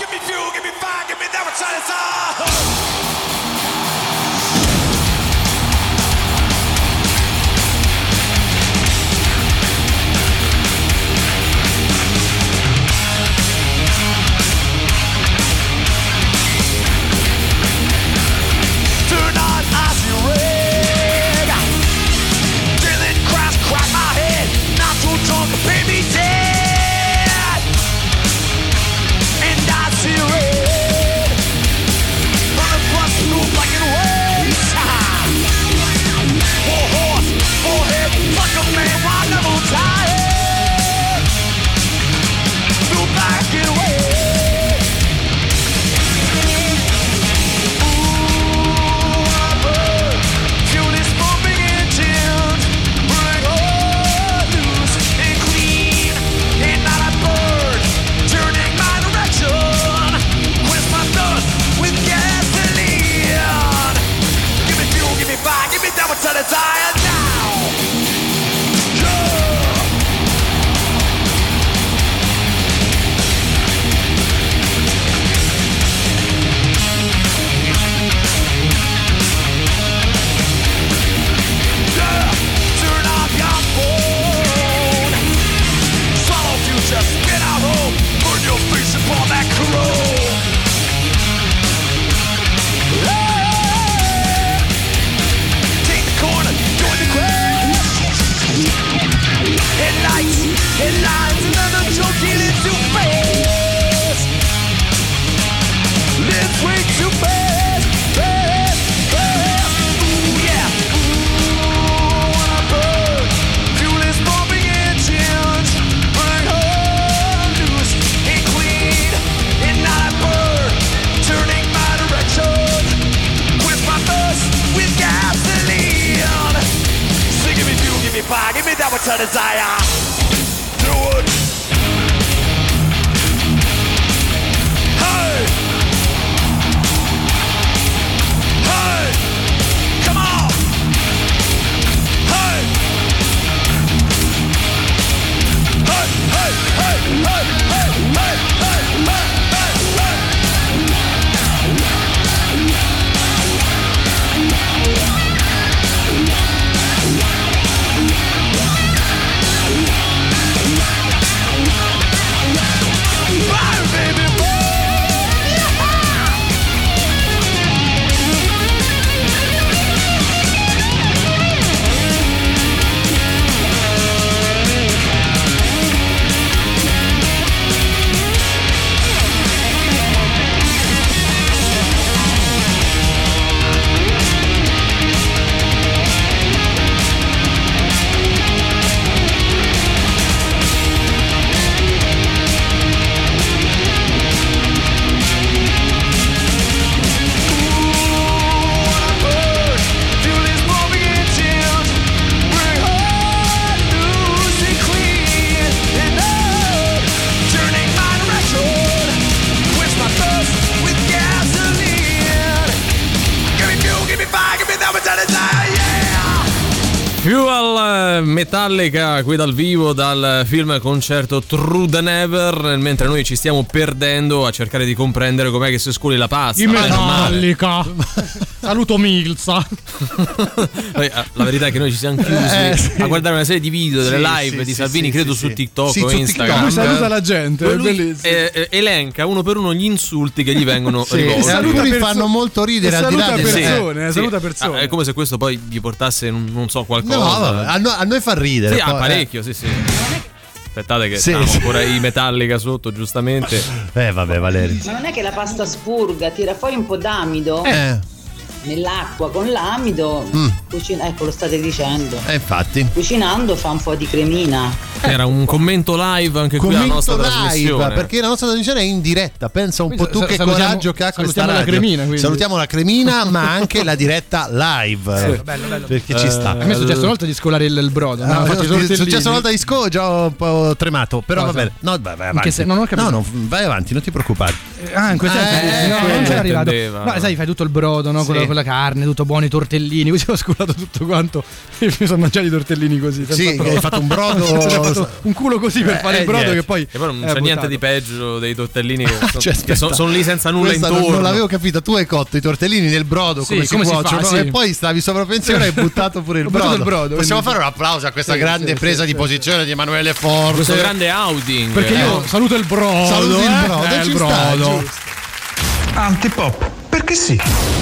Turn on icy red. Drilling cracks crack my head. Not too drunk, baby dead. And I see red. From the plus blue black and white. Four horse, four head, fuck a man, why never tired? Blue black and white. Give me that one to the tire now. Yeah. Yeah. Turn off your phone. Swallow future, spit out home. Burn your face upon that chrome. Yeah. Take the corner, join the crowd. Headlights, headlines, another joke getting too fast. Lives way too fast, fast, fast. Ooh yeah, ooh wanna burn. Fuel is pumping engines, burn home loose and clean, and not burn. Turning my direction with my thirst, with gasoline. So give me fuel, give me fire, give me that one to desire. Do it. Hey! Hey! Come on! Hey! Hey! Hey! Hey! Hey! Hey! Hey! Hey! Hey! Hey! Fuel Metallica qui dal vivo dal film concerto True the Never, mentre noi ci stiamo perdendo a cercare di comprendere com'è che si scoli la pasta. In Metallica. Saluto Milza. La verità è che noi ci siamo chiusi eh, sì. a guardare una serie di video delle sì, live sì, di sì, Salvini, sì, credo sì, su sì. TikTok sì, o su Instagram. Lui saluta la gente, è bellissimo. Eh, eh, elenca uno per uno gli insulti che gli vengono sì, rivolti. E alcuni perso- fanno molto ridere. Al di là saluta del... persone, sì, saluta sì. persone. Ah, è come se questo poi gli portasse non, non so qualcosa. No, vabbè, a, no, a noi fa ridere. Sì, poi, ah, parecchio, eh. sì, sì. Aspettate che sì, abbiamo sì. ancora i Metallica sotto, giustamente. Eh vabbè, Valerio. Ma non è che la pasta spurga, tira fuori un po' d'amido Eh. nell'acqua con l'amido, Mm. cucina, ecco lo state dicendo. Eh, infatti. Cucinando fa un po' di cremina. Era un commento live anche qui alla Commento nostra live, trasmissione. perché la nostra trasmissione è in diretta. Pensa un po' tu che salutiamo- coraggio che ha questa salutiamo la radio. cremina, quindi. Salutiamo la cremina, ma anche la diretta live. Sì. Bello, bello. Perché ci sta. A me è successo una volta di scolare il, il brodo. Ah, no? è successo una volta di sco, già ho un po' tremato. Però Cosa? va bene. No, vai, vai In che avanti. se- no, non ho capito. No, no, vai avanti, non ti preoccupare. Ah, in quel senso Eh, no, non c'era arrivato. intendeva. No, sai, fai tutto il brodo, no? Sì. Con, la, con la carne, tutto buono, i tortellini. Così ho scolato tutto quanto. E mi sono mangiato i tortellini così. senza Sì, brodo. hai fatto un brodo. Ho fatto un culo così per Eh, fare il eh, brodo niente. che poi. E poi non è c'è niente buttato. di peggio dei tortellini che, son- Cioè, che aspetta. son- sono lì senza nulla Questa non- intorno. Non l'avevo capito. Tu hai cotto i tortellini nel brodo Sì, come si come si fa, cuociono sì. e poi stavi sopra pensiero e hai buttato pure il Ho buttato brodo. il brodo, Possiamo quindi- fare un applauso a questa Sì, grande sì, presa sì, di sì, posizione di Emanuele Forte. Questo grande outing. Perché eh. io saluto il brodo. Saluti il eh? brodo, Eh, ci il sta, brodo. giusto. Antipop, perché sì.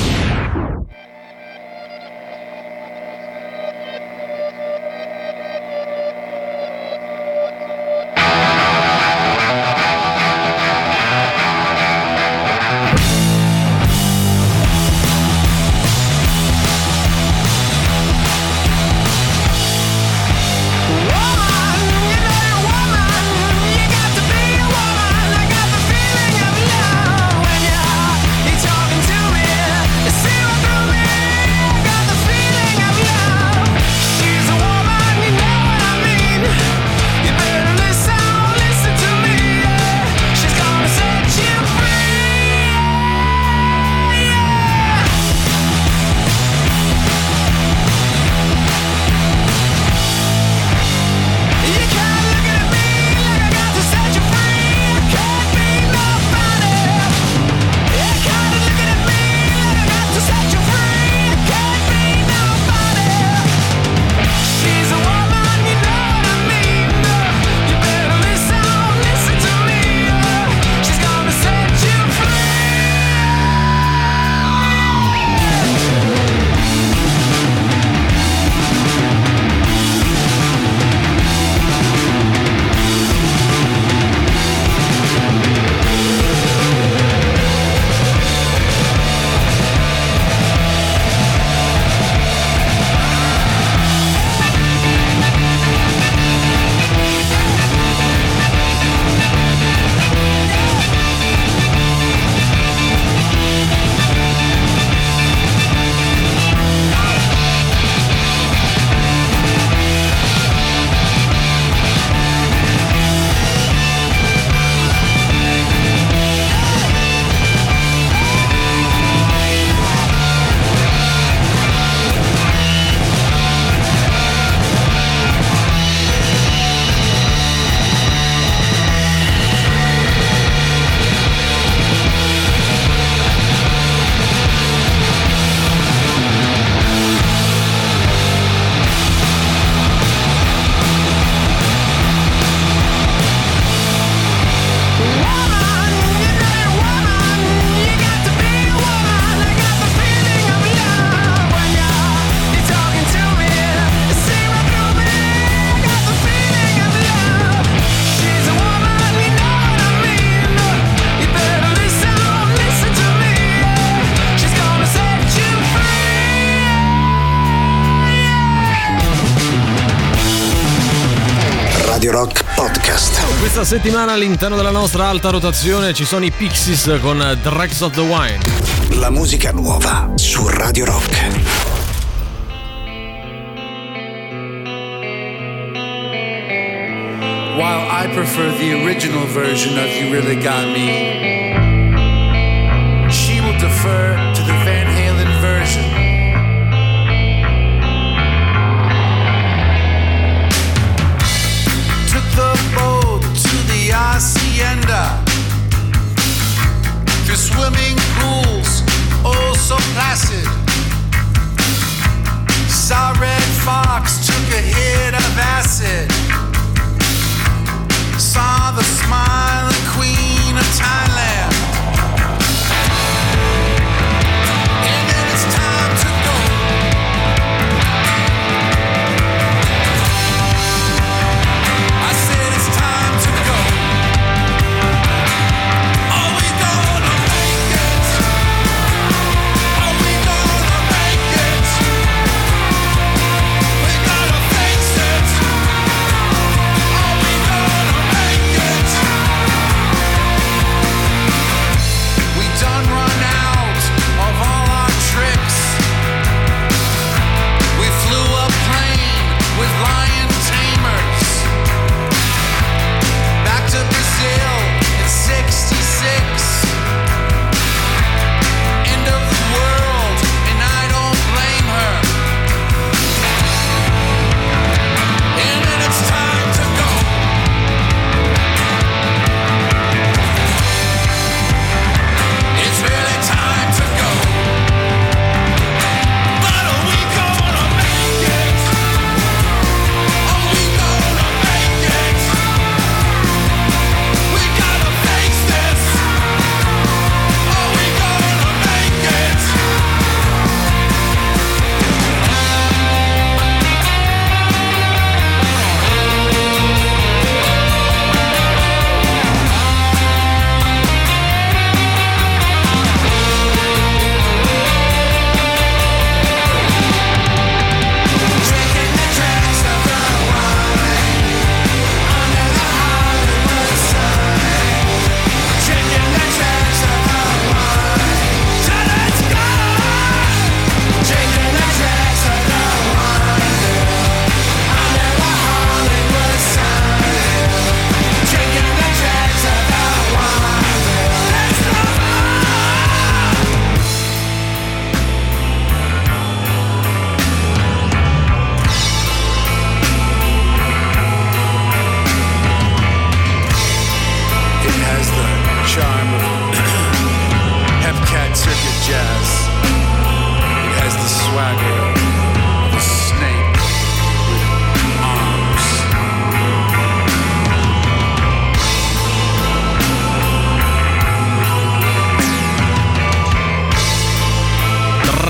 Radio Rock Podcast. Questa settimana all'interno della nostra alta rotazione ci sono i Pixies con Dregs of the Wine. La musica nuova su Radio Rock. While I prefer the original version of You Really Got Me, she will defer to the Van Halen version.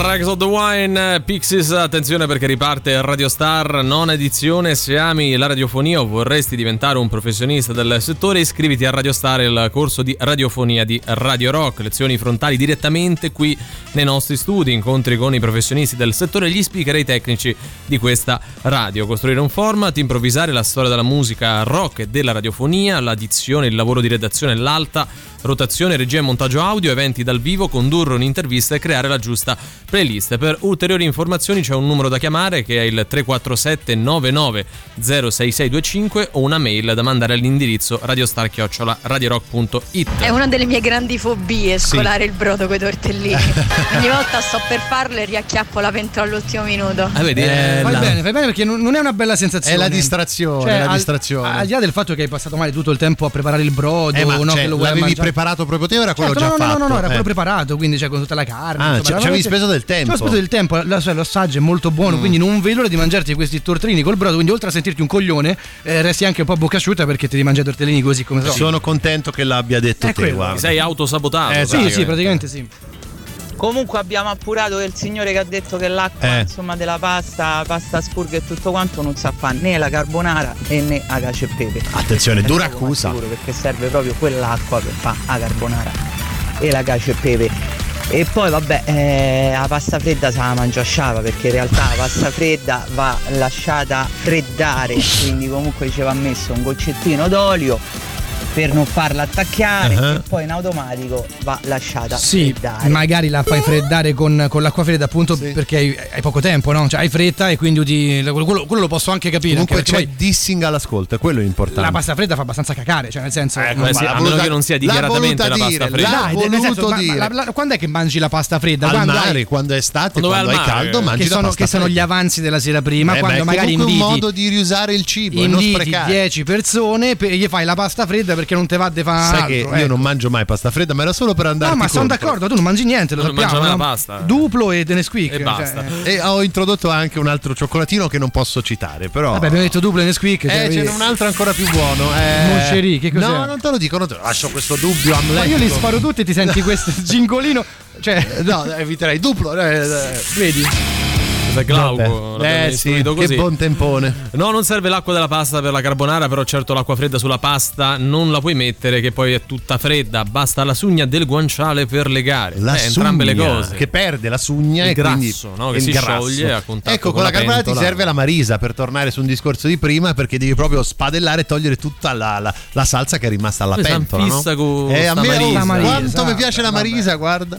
Rags of the Wine, Pixies, attenzione perché riparte Radio Star, nona edizione. Se ami la radiofonia o vorresti diventare un professionista del settore, iscriviti a Radio Star, il corso di radiofonia di Radio Rock. Lezioni frontali direttamente qui nei nostri studi, incontri con i professionisti del settore e gli speaker e i tecnici di questa radio. Costruire un format, improvvisare la storia della musica rock e della radiofonia, l'addizione, il lavoro di redazione, l'alta rotazione, regia e montaggio audio, eventi dal vivo, condurre un'intervista e creare la giusta playlist. Per ulteriori informazioni c'è un numero da chiamare che è il tre quattro sette nove nove zero sei sei due cinque o una mail da mandare all'indirizzo radiostar chiocciola radiorock punto it. È una delle mie grandi fobie, scolare sì. il brodo coi tortellini. Ogni volta sto per farlo e riacchiappo la pentola all'ultimo minuto. Ah, vedi, eh, fai bene, fai bene perché non è una bella sensazione. È la distrazione, cioè, la al, distrazione. Al di là del fatto che hai passato male tutto il tempo a preparare il brodo, eh, ma no, cioè, che lo vuoi l'avevi mangiare. preparato proprio te o era quello certo, già no, fatto? No, no, no, era eh. quello preparato, quindi c'è con tutta la carne. Ah, insomma, ci avevi speso del tempo. Ci ho speso del tempo, l'assaggio è molto buono, mm. quindi non vedo l'ora di mangiarti questi tortellini col brodo, quindi oltre a sentirti un coglione, eh, resti anche un po' a bocca asciutta perché ti devi mangiare i tortellini così come sono. Sono contento che l'abbia detto è te, quello. guarda. Ti sei autosabotato. Eh, sì, sì, praticamente sì. Comunque abbiamo appurato del signore che ha detto che l'acqua eh. insomma della pasta, pasta spurga e tutto quanto non sa fare né la carbonara e né la cacio e pepe. Attenzione, dura accusa. Sicuro perché serve proprio quell'acqua per fare la carbonara e la cacio e pepe. E poi vabbè, eh, la pasta fredda se la mangia a sciava perché in realtà la pasta fredda va lasciata freddare, quindi comunque ci va messo un goccettino d'olio per non farla attaccare uh-huh. e poi in automatico va lasciata sì, freddare. Magari la fai freddare con, con l'acqua fredda appunto sì. perché hai, hai poco tempo, no? Cioè hai fretta e quindi uti, quello, quello lo posso anche capire. Comunque anche c'è poi dissing all'ascolto, quello è importante. La pasta fredda fa abbastanza cacare, cioè nel senso eh, non, sì, a meno che non sia dichiaratamente la pasta fredda. Dai, nel senso, ma, ma, la, la, quando è che mangi la pasta fredda? Al quando mare, hai, quando è estate, quando, quando hai caldo mangi che la sono, pasta che sono fredda. gli avanzi della sera prima, eh quando beh, magari inviti, inviti un modo di riusare il cibo e non sprecare. dieci persone e gli fai la pasta fredda perché non te va di fare. Sai che io ecco. non mangio mai pasta fredda, ma era solo per andare. No, ma sono d'accordo, tu non mangi niente, lo non sappiamo. Non no? la pasta. Duplo e Nesquik. E basta. Cioè. E ho introdotto anche un altro cioccolatino che non posso citare, però. Vabbè, abbiamo detto duplo e Nesquik. Eh, ce n'è un altro ancora più buono. Eh... Moncherie, che cos'è? No, non te lo dico, non te lo lascio questo dubbio amletico. Ma io li sparo tutti e ti senti questo gingolino. Cioè, no, eviterei duplo. Eh, eh, vedi? Glauco, eh sì, così. Che buon tempone. No, non serve l'acqua della pasta per la carbonara, però certo l'acqua fredda sulla pasta non la puoi mettere che poi è tutta fredda, basta la sugna del guanciale per legare. La eh, sugna, entrambe le cose. Che perde la sugna il e grasso, quindi no? Che il si grasso. scioglie a contatto ecco, con con la carbonara pentola. ti serve la marisa per tornare su un discorso di prima, perché devi proprio spadellare e togliere tutta la, la, la salsa che è rimasta alla Poi pentola, no? Con eh, a me marisa. Marisa, quanto esatto, mi piace la marisa, vabbè. guarda.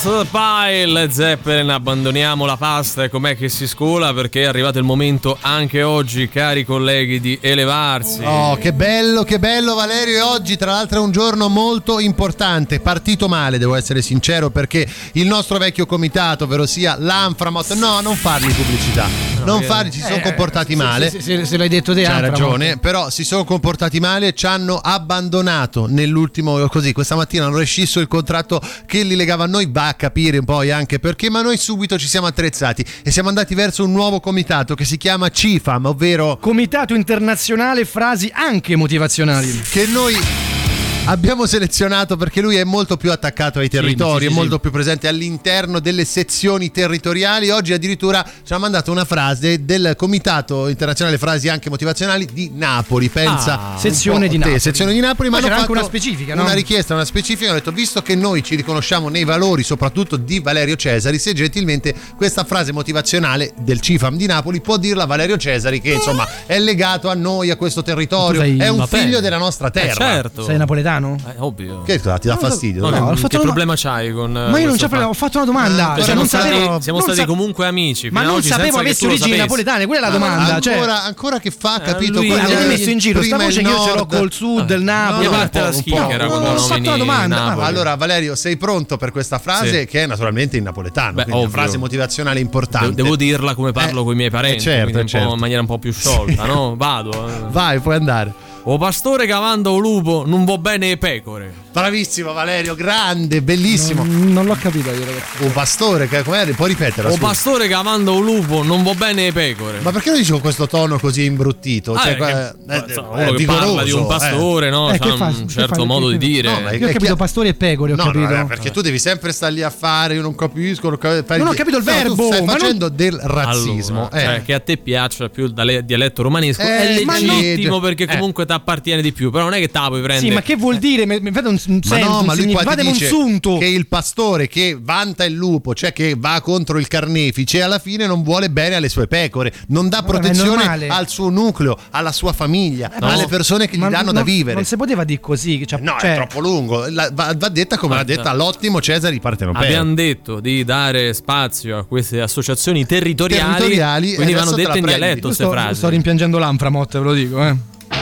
Pasta Pie, Led Zeppelin, abbandoniamo la pasta e com'è che si scola, perché è arrivato il momento anche oggi, cari colleghi, di elevarsi. Oh, che bello, che bello Valerio, e oggi tra l'altro è un giorno molto importante, partito male devo essere sincero, perché il nostro vecchio comitato, ovvero sia l'Anframot, no, non fargli pubblicità, non farli, si sono eh, comportati se, male. Se, se, se l'hai detto te, C'hai Anframot. ragione, però si sono comportati male, ci hanno abbandonato nell'ultimo, così questa mattina hanno rescisso il contratto che li legava a noi, va a capire poi anche perché, ma noi subito ci siamo attrezzati e siamo andati verso un nuovo comitato che si chiama C I F A M, ovvero Comitato Internazionale Frasi Anche Motivazionali, che noi abbiamo selezionato perché lui è molto più attaccato ai territori, sì, sì, è molto sì. più presente all'interno delle sezioni territoriali. Oggi addirittura ci ha mandato una frase del Comitato Internazionale Frasi Anche Motivazionali di Napoli, pensa, ah, sezione di Napoli, sezione di Napoli, ma, ma c'era hanno anche fatto una specifica, no? Una richiesta, una specifica, hanno detto visto che noi ci riconosciamo nei valori soprattutto di Valerio Cesari, se gentilmente questa frase motivazionale del C I F A M di Napoli può dirla Valerio Cesari, che insomma è legato a noi, a questo territorio, sei... è un Va figlio bene. della nostra terra. Eh, certo. Sei napoletano? Eh, ovvio. Che cosa, ti dà fastidio? No, no, che, ho fatto che una... problema c'hai con Ma io non c'ho problema, ho fatto una domanda. Eh, cioè, siamo non stati, sapevo, siamo non stati sa... comunque amici. Ma non sapevo avessi origini napoletane, quella è la domanda. Ancora, cioè... ancora che fa, capito? Lui avete messo in giro sta voce che io ce l'ho col sud, il Napoli. No, parte la schichera no, quando ho fatto una domanda. Allora Valerio, sei pronto per questa frase, sì, che è naturalmente in napoletano? Beh, quindi è una frase motivazionale importante. Devo dirla come parlo eh, con i miei parenti, eh, certo, un certo. po' in maniera un po' più sciolta, sì. No? Vado. Eh. Vai, puoi andare. O pastore cavando o lupo non va bene le pecore. Bravissimo Valerio, grande, bellissimo. Non, non l'ho capito io, ragazzi. Un pastore, che com'è? Puoi ripetere? O pastore cavando o lupo non va bene le pecore. Ma perché lo dici con questo tono cozì imbruttito? Ah, cioè, che, eh, uno eh, che parla di un pastore, eh. no? Eh, C'ha fa, un certo fa, modo che, di dire. No, ma io ho capito pastori e pecore, ho no, capito. No, perché tu devi sempre stare lì a fare, io non capisco. Non, capisco, non ho capito il no, verbo. Tu stai ma facendo non... del razzismo. Allora, eh. Cioè, che a te piaccia più il dialetto romanesco eh, è legittimo no. perché comunque eh. ti appartiene di più. Però non è che te la puoi prendere. Sì, ma che vuol dire? Mi vedo un senso, ma no, un ma lui qua ti dice sunto. che il pastore che vanta il lupo, cioè che va contro il carnefice, alla fine non vuole bene alle sue pecore, non dà protezione al suo nucleo, alla sua famiglia, no. alle persone che gli ma danno no, da vivere. Non si poteva dire così. Cioè, no, cioè... è troppo lungo. La, va, va detta come l'ha detta l'ottimo Cesari Partenopeo. Abbiamo detto di dare spazio a queste associazioni territoriali, territoriali quindi vanno dette in dialetto queste sto, frasi. Sto rimpiangendo l'Anframot, ve lo dico, eh.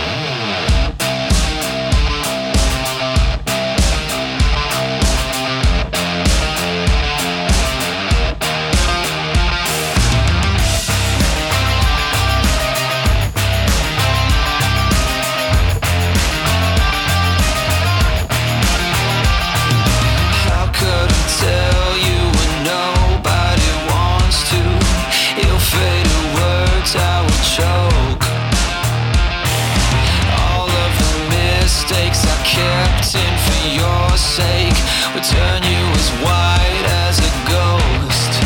Turn you as white as a ghost.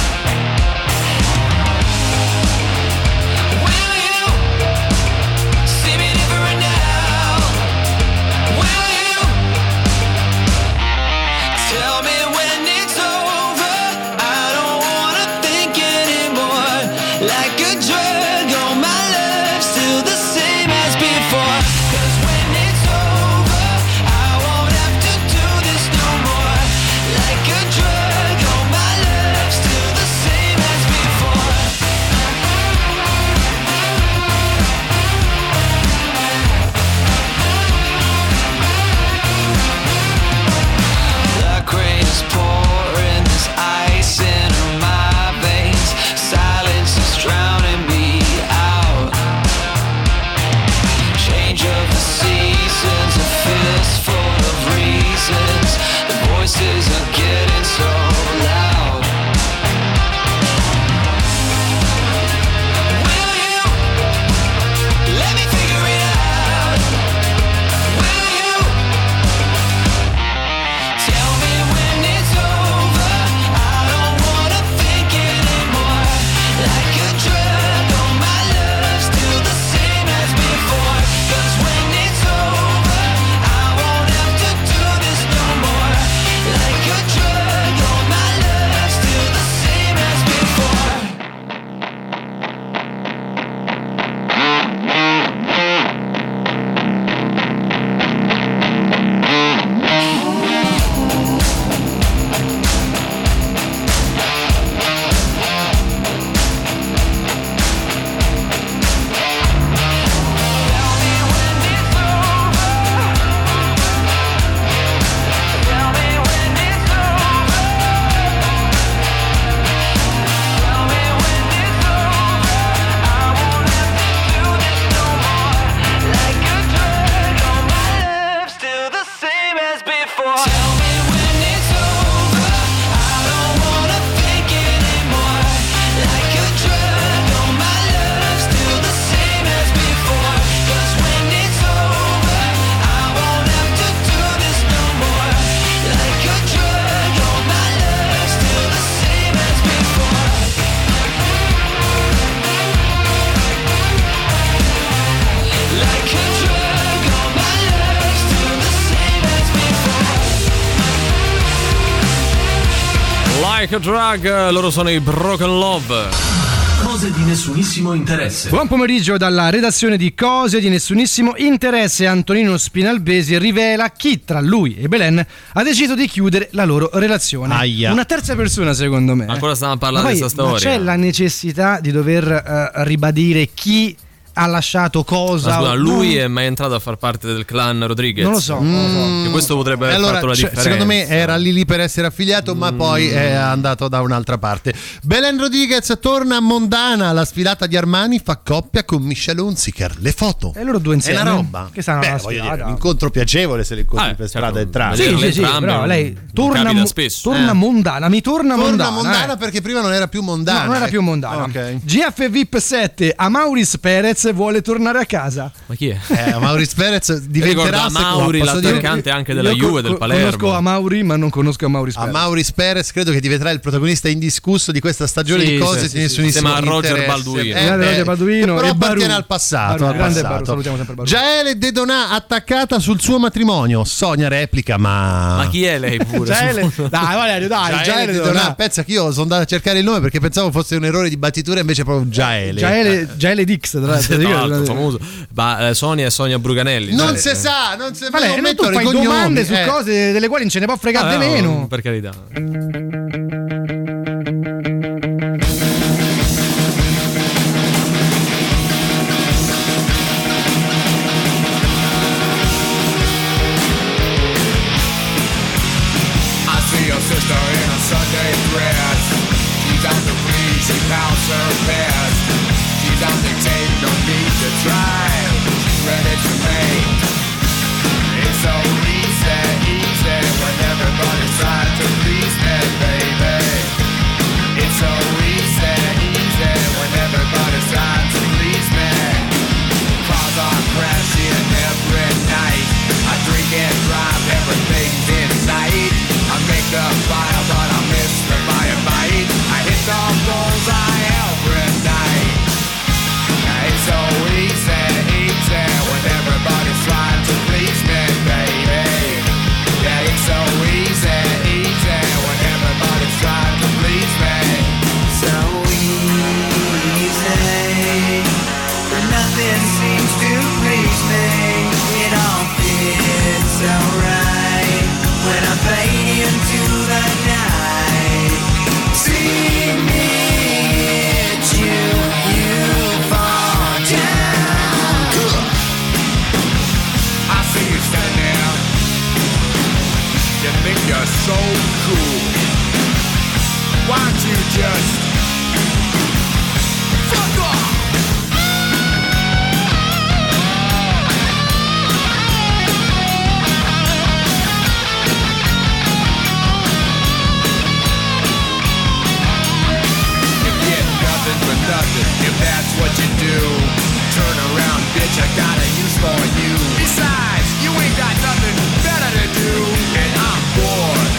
Will you see me different now? Will you tell me when it's over? I don't wanna think anymore. Like a drug, all my love still the same as before. 'Cause when it's over, I won't have to do this no more. Like a drug, all my love still the same as before. Black rain is pouring, there's ice in my veins. Silence is drowning Like a Drug, loro sono i Broken Love. Cose di nessunissimo interesse. Buon pomeriggio dalla redazione di Cose di nessunissimo interesse. Antonino Spinalbesi rivela chi tra lui e Belen ha deciso di chiudere la loro relazione. Aia. Una terza persona, secondo me. Ancora stavamo parlando di questa storia. Ma c'è la necessità di dover uh, ribadire chi ha lasciato cosa? Ma scusa, lui no. è mai entrato a far parte del clan Rodriguez? Non lo so, mm. non lo so. Che questo potrebbe aver allora, fatto la cioè, differenza. secondo me era lì lì per essere affiliato, ma mm. poi è andato da un'altra parte. Belen Rodriguez torna a Mondana. La sfilata di Armani fa coppia con Michelle Hunziker. Le foto. E loro due insieme. È una roba. Che stanno Beh, alla voglio sfilata. dire, un incontro piacevole se le incontri Ah, per certo, strada entrambi. Sì, sì, sì, entrambi, però lei torna, capita spesso. torna Eh. mondana, mi torna, Torna mondana. Mondana eh. perché prima non era più Mondana. No, non era più mondana. Ok. G F V I P sette, Amauris Perez vuole tornare a casa. Ma chi è? Eh, Maurice Perez diventerà Ricordo Amauri, posso dire- l'attaccante anche della Io co- Juve, del co- Palermo. Conosco Amauri, ma non conosco Amauris A Perez. Maurice Perez credo che diventerà il protagonista indiscusso di questa stagione Sì, di Cose sì, di sì, nessunissimo sì. Insieme a Roger interesse. Balduino. Eh, Grande beh, Roger Balduino che però e Baru. appartiene al passato, Baru, al grande passato. Baru, salutiamo sempre Baru. Jaele De Donà attaccata sul suo matrimonio. Sonia replica, ma Ma chi è lei pure? Jaele- dai, Valerio, dai, Jaele Jaele De De Donà. Donà. Pensa che io sono andato a cercare il nome perché pensavo fosse un errore di battitura, invece è proprio Jaele. Jaele, Jaele Dix, tra l'altro. Tra l'altro, famoso. Ma eh, Sonia e Sonia Bruganelli. Non cioè, si sa, non si Valerio, non non tu mettono fai i cognomi, domande su eh. cose delle quali non ce ne può fregare ah, di no, meno. per carità. I see your sister in a Sunday dress. She's on the free, she pounds her best. She's on the tape, no need to try. She's ready to make. It's so easy, easy when everybody's trying to please me, baby. It's so easy, easy when everybody's trying to please me. Cars are crashing every night. I drink and drive, everything's in sight. I make the fire, but I miss the firefight. I hit the bullseye every night. It's so easy, easy when everybody's trying to please me, baby. Yeah, it's so easy, easy when everybody's trying to please me. So easy, but nothing seems to please me. It all fits so right when I fade into the night. See me hit you, you fall down. I see you standing there. You think you're so cool. Why don't you just fuck off? You get nothing for nothing if that's what you do. Turn around, bitch, I got a use for you. Besides, you ain't got nothing better to do, and I'm bored.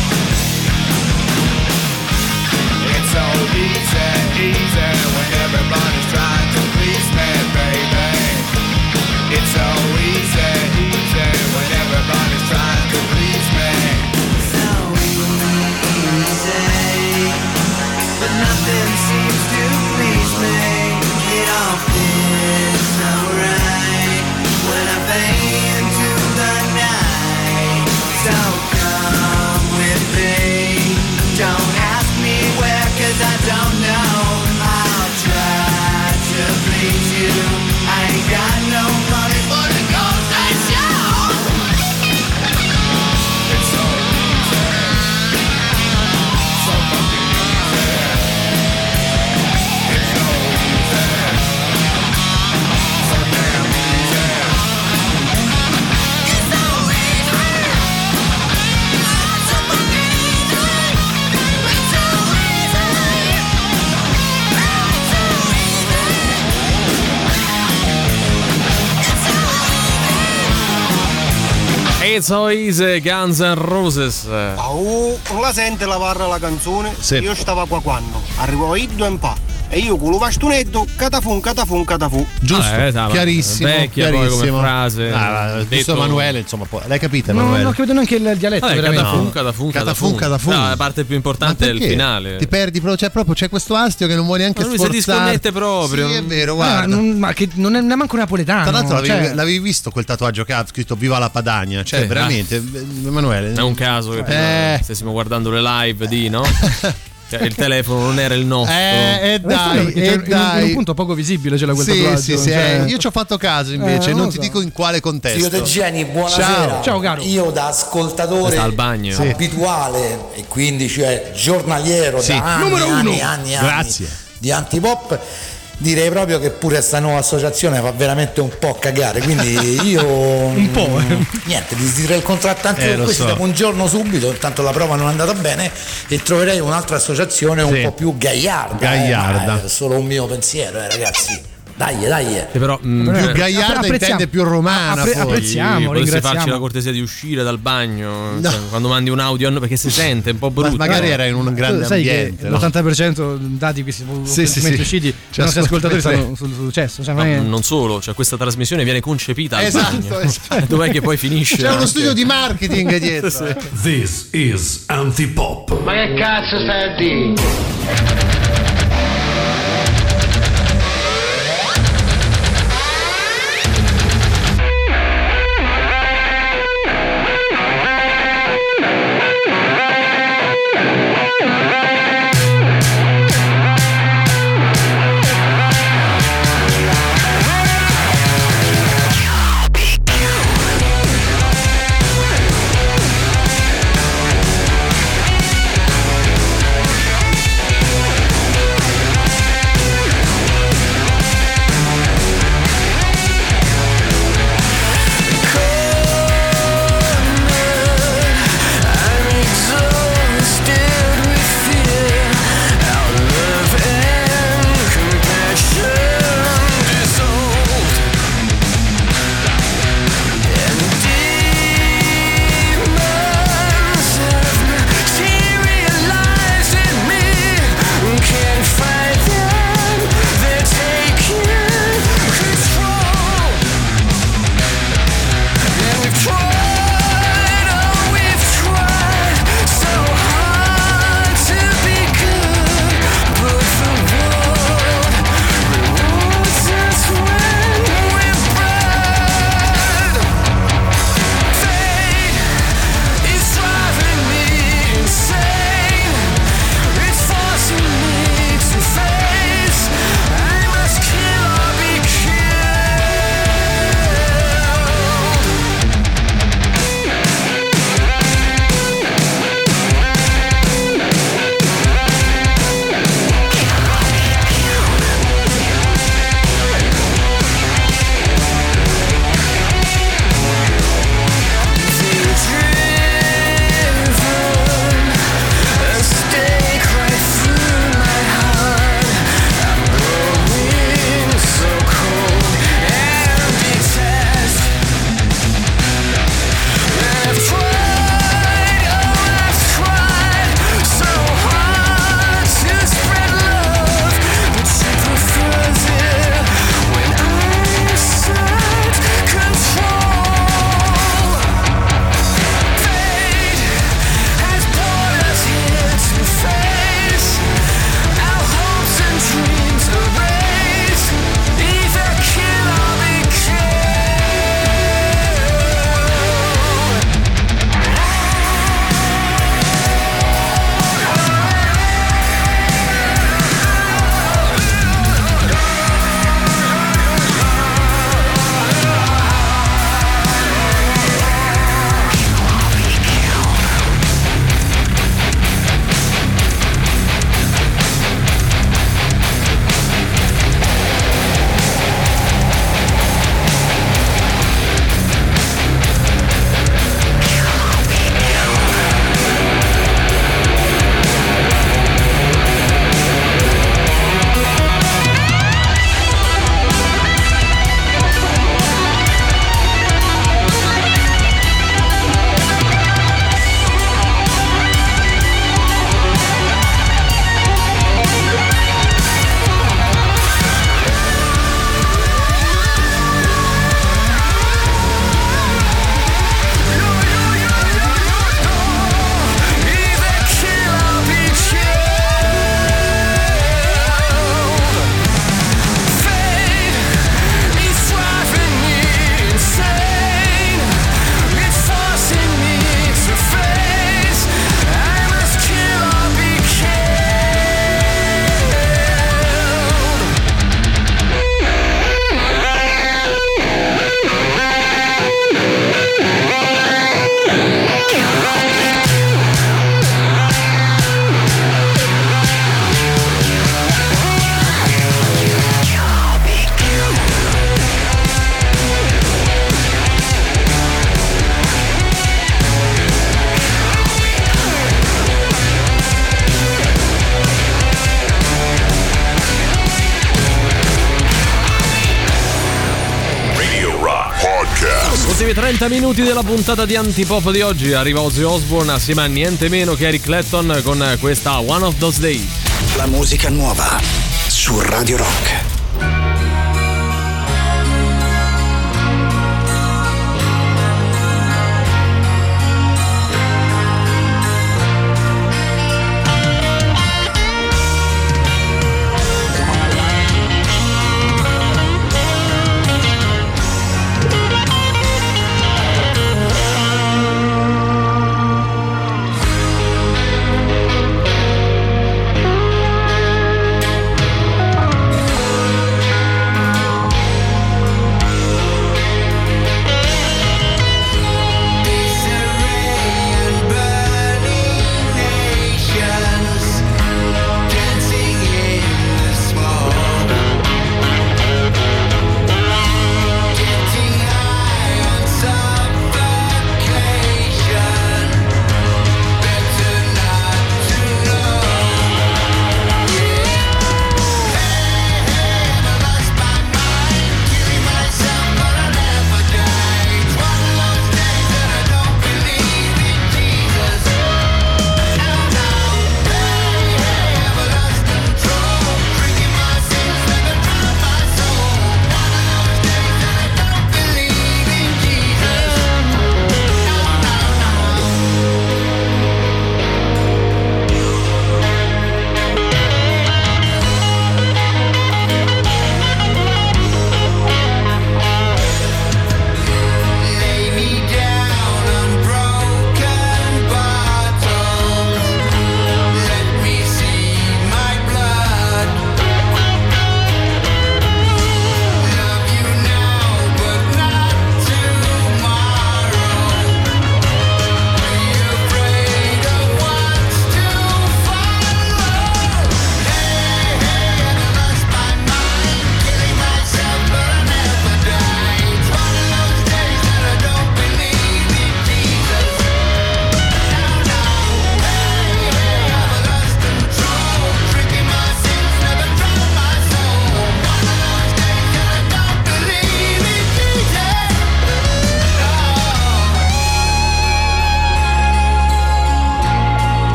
It's so easy, easy when everybody's trying to please me, baby. It's so easy, easy when everybody's trying to please me. So easy, but nothing seems to please me. It all feels so right when I fade into the night. So come with me, don't ask me where, 'cause I don't know. I'll try to please you. I ain't got no money for the gold station. It's so easy, so fucking easy. It's so easy, so damn easy. It's so easy, so fucking easy. It's so easy, it's so It's so easy, Guns N' Roses. Oh, non la sente la barra la canzone? Sì. Io stavo qua quando arrivò Iddo e un pa'. e io con lo bastonetto catafun catafun catafù. Giusto, Ah, eh, sa, ma chiarissimo, vecchia poi chiarissimo. come frase. Ah, giusto detto- Emanuele, insomma, poi, l'hai capita No, Emanuele? non credo neanche il dialetto. Vabbè, veramente. catafun, catafun, Catafun, catafun. No, la parte più importante Ma è il perché? finale. Ti perdi proprio, cioè proprio c'è questo astio che non vuoi neanche Ma lui si sforzarti. disconnette proprio. Sì, è vero, Ah, guarda. non, ma che non è neanche napoletano. Tra l'altro l'avevi, cioè- l'avevi visto quel tatuaggio che ha scritto Viva la Padania? Cioè, Sì. veramente, Emanuele. È un caso che Eh. stessimo guardando le live di, no? Cioè, il telefono non era il nostro. Eh, eh, dai, Perché eh, in un- in dai. un punto poco visibile c'era quel Sì, tatuaggio. sì, sì, cioè- eh, io ci ho fatto caso invece, Eh, non non ti so. dico in quale contesto. Zio De Geni, buonasera. Ciao. Ciao, caro. Io da ascoltatore Sta al bagno. Sì. abituale e quindi cioè giornaliero Sì. da anni, Numero uno. anni, anni, anni Grazie. di Antipop, direi proprio che pure sta nuova associazione fa veramente un po' cagare, quindi io un po', eh. niente, disdirei il contratto anche Eh, per lo questi so. dopo un giorno subito, intanto la prova non è andata bene e troverei un'altra associazione un Sì. po' più gagliarda. Gagliarda. eh, ma è solo un mio pensiero, eh, ragazzi. Dai, dai. Che però mm, Più eh, gagliarda Apprezziamo. intende più romana. Appre- poi. apprezziamo. sì, volessi ringraziamo. farci la cortesia di uscire dal bagno No. cioè, quando mandi un audio perché si sente un po' brutto. Ma magari era in un grande Tu sai ambiente. che no? l'ottanta per cento dati questi Sì, sì, sì. usciti Cioè, i nostri ascoltatori ascolta- sono sul successo. Cioè, Ma non è- non solo, cioè questa trasmissione viene concepita al Esatto, bagno. esatto. Dov'è che poi finisce? C'è uno anche? studio di marketing dietro. Sì. eh. This is Antipop. Ma che cazzo stai a dire? Thank ultimi trenta minuti della puntata di Antipop di oggi arriva Ozzy Osbourne assieme a niente meno che Eric Clapton con questa One of Those Days. La musica nuova su Radio Rock.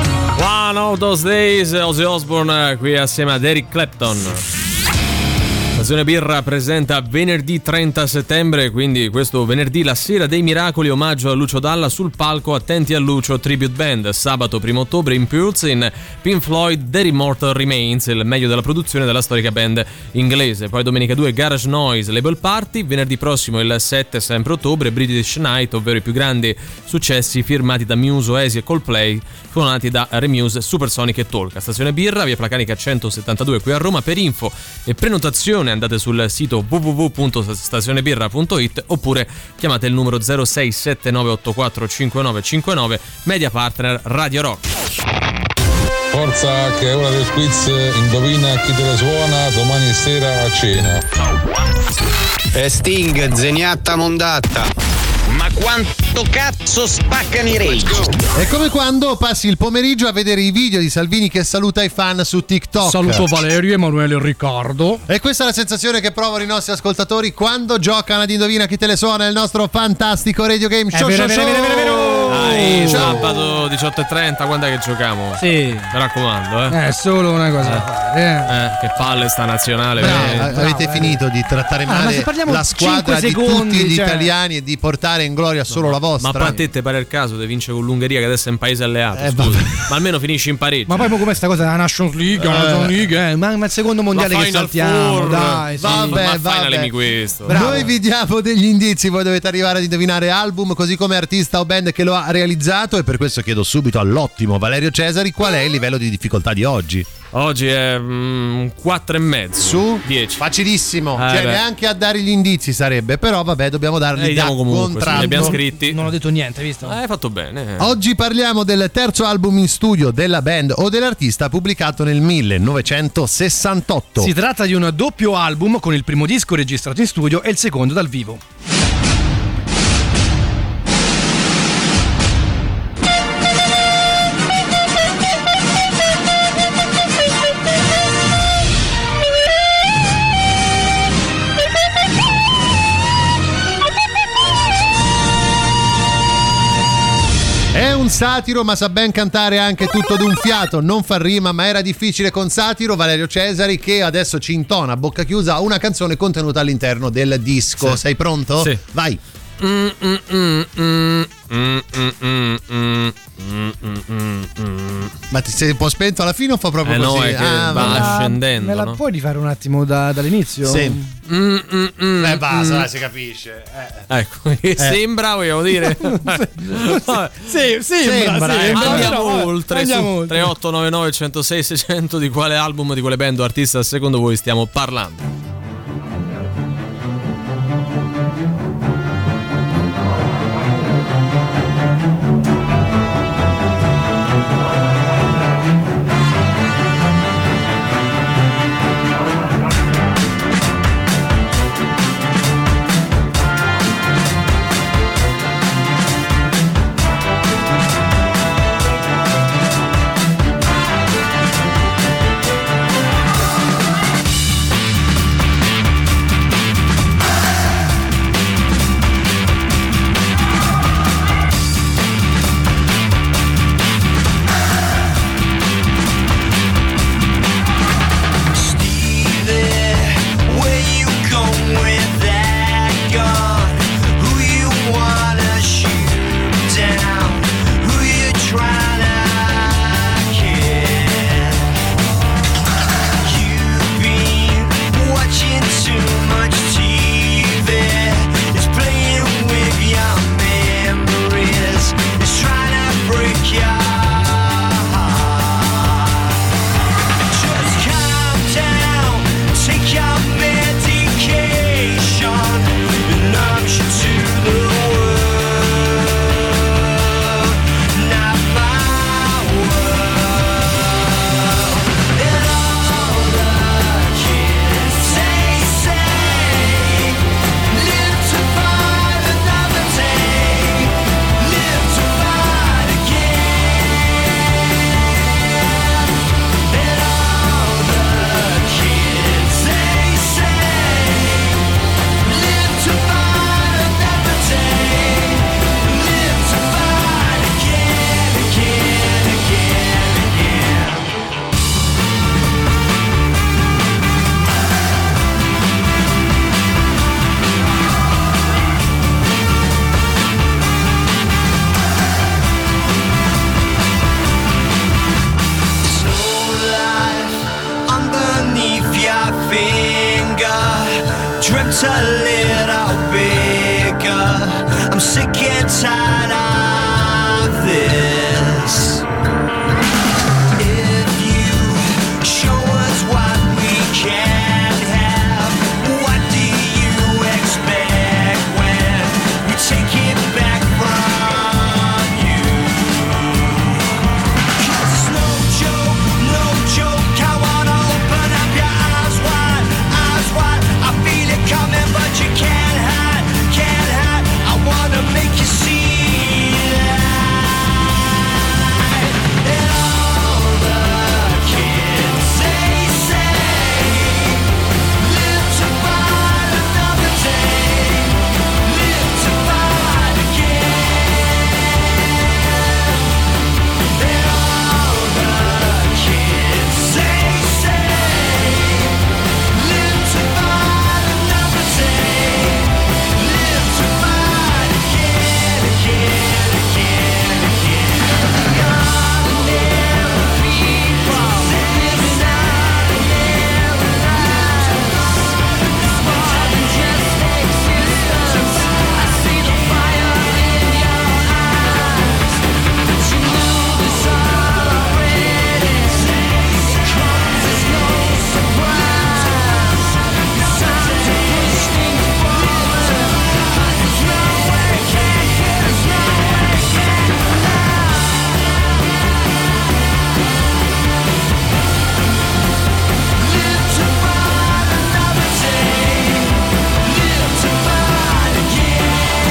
One of Those Days, Ozzy Osbourne qui assieme ad Eric Clapton. Stazione Birra presenta venerdì trenta settembre, quindi questo venerdì la Sera dei Miracoli, omaggio a Lucio Dalla sul palco Attenti a Lucio Tribute Band. Sabato primo ottobre Impulse in Pink Floyd The Immortal Remains, il meglio della produzione della storica band inglese. Poi domenica due Garage Noise Label Party. Venerdì prossimo il sette sempre ottobre British Night, ovvero i più grandi successi firmati da Muse, Oasis e Coldplay, suonati da Remuse, Supersonic e Talk. Stazione Birra, via Placanica centosettantadue qui a Roma. Per info e prenotazione andate sul sito w w w punto stazionebirra punto it oppure chiamate il numero zero sei sette nove otto quattro cinque nove cinque nove. Media partner Radio Rock. Forza che è ora del quiz, indovina chi te la suona domani sera a cena. E Sting, Zeniatta Mondatta. Ma quanto cazzo spaccano i rage? È come quando passi il pomeriggio a vedere i video di Salvini che saluta i fan su TikTok. Saluto Valerio, Emanuele e Riccardo. E questa è la sensazione che provano i nostri ascoltatori quando giocano ad Indovina chi te le suona, il nostro fantastico radio game show. È vero, show, vero, show. vero, vero. Dai, sabato diciotto e trenta, quando è che giochiamo? Sì. Mi raccomando, eh. È solo una cosa da fare. Eh. Eh, che palle sta nazionale. Bravo, eh. avete Bravo, finito di trattare Ah, ma male se parliamo la squadra cinque di secondi, tutti gli cioè- italiani e di portare in gloria solo la vostra. Ma a te te pare il caso di vincere con l'Ungheria che adesso è un paese alleato, Eh, scusa. Ma almeno finisci in pareggio. Ma poi come sta cosa della Nations League, la Nations League, eh, ma, ma il secondo mondiale La che Final saltiamo, Four. dai, sì. Vabbè, ma vabbè. finalemi questo. Bravo. Noi vi diamo degli indizi, voi dovete arrivare ad indovinare album così come artista o band che lo ha realizzato, e per questo chiedo subito all'ottimo Valerio Cesari qual è il livello di difficoltà di oggi. Oggi è mm, quattro e mezzo Su dieci. Facilissimo, Eh, cioè beh. neanche a dare gli indizi sarebbe, però vabbè, dobbiamo darli Eh, da diamo comunque, contratto. sì, li abbiamo scritti. Non ho detto niente, hai visto? Eh, hai fatto bene. Oggi parliamo del terzo album in studio della band o dell'artista pubblicato nel millenovecentosessantotto. Si tratta di un doppio album con il primo disco registrato in studio e il secondo dal vivo. È un satiro, ma sa ben cantare anche tutto d'un fiato, non fa rima, ma era difficile con satiro. Valerio Cesari, che adesso ci intona a bocca chiusa una canzone contenuta all'interno del disco. Sì. Sei pronto? Sì. Vai. Mm, mm, mm, mm, mm, mm, mm, mm, mm, mm, mm. Ma ti sei un po' spento alla fine o fa proprio Eh così? no, è che Ah, va va. scendendo, Me la no? puoi rifare un attimo da- dall'inizio? Sì. Mm, mm, mm, Eh, basta, mm. dai, si capisce. Eh. Ecco, che sembra, vogliamo dire. Sì, Sembra, eh. Andiamo Vabbè, oltre andiamo su oltre. tre otto nove nove uno zero sei sei zero zero di quale album, di quale band o artista secondo voi stiamo parlando. dreams a little bigger. I'm sick and tired of this. If you show us what we can have, what do you expect when we take it back from you? 'Cause it's no joke, no joke. I wanna open up your eyes wide, eyes wide. I feel it coming, but you can't hide, can't hide. I wanna make you see that. And all the kids they say, live to fight another day, live to fight again. And all the kids they say, live to fight another day, live to fight again, again, again, again. God never people living out and never lies. More than just existence. I see the fire in your eyes. But you knew this already. It comes as no surprise. Time to push things forward. There's no way back, there's no way back now. Live to fight another day, live to fight again.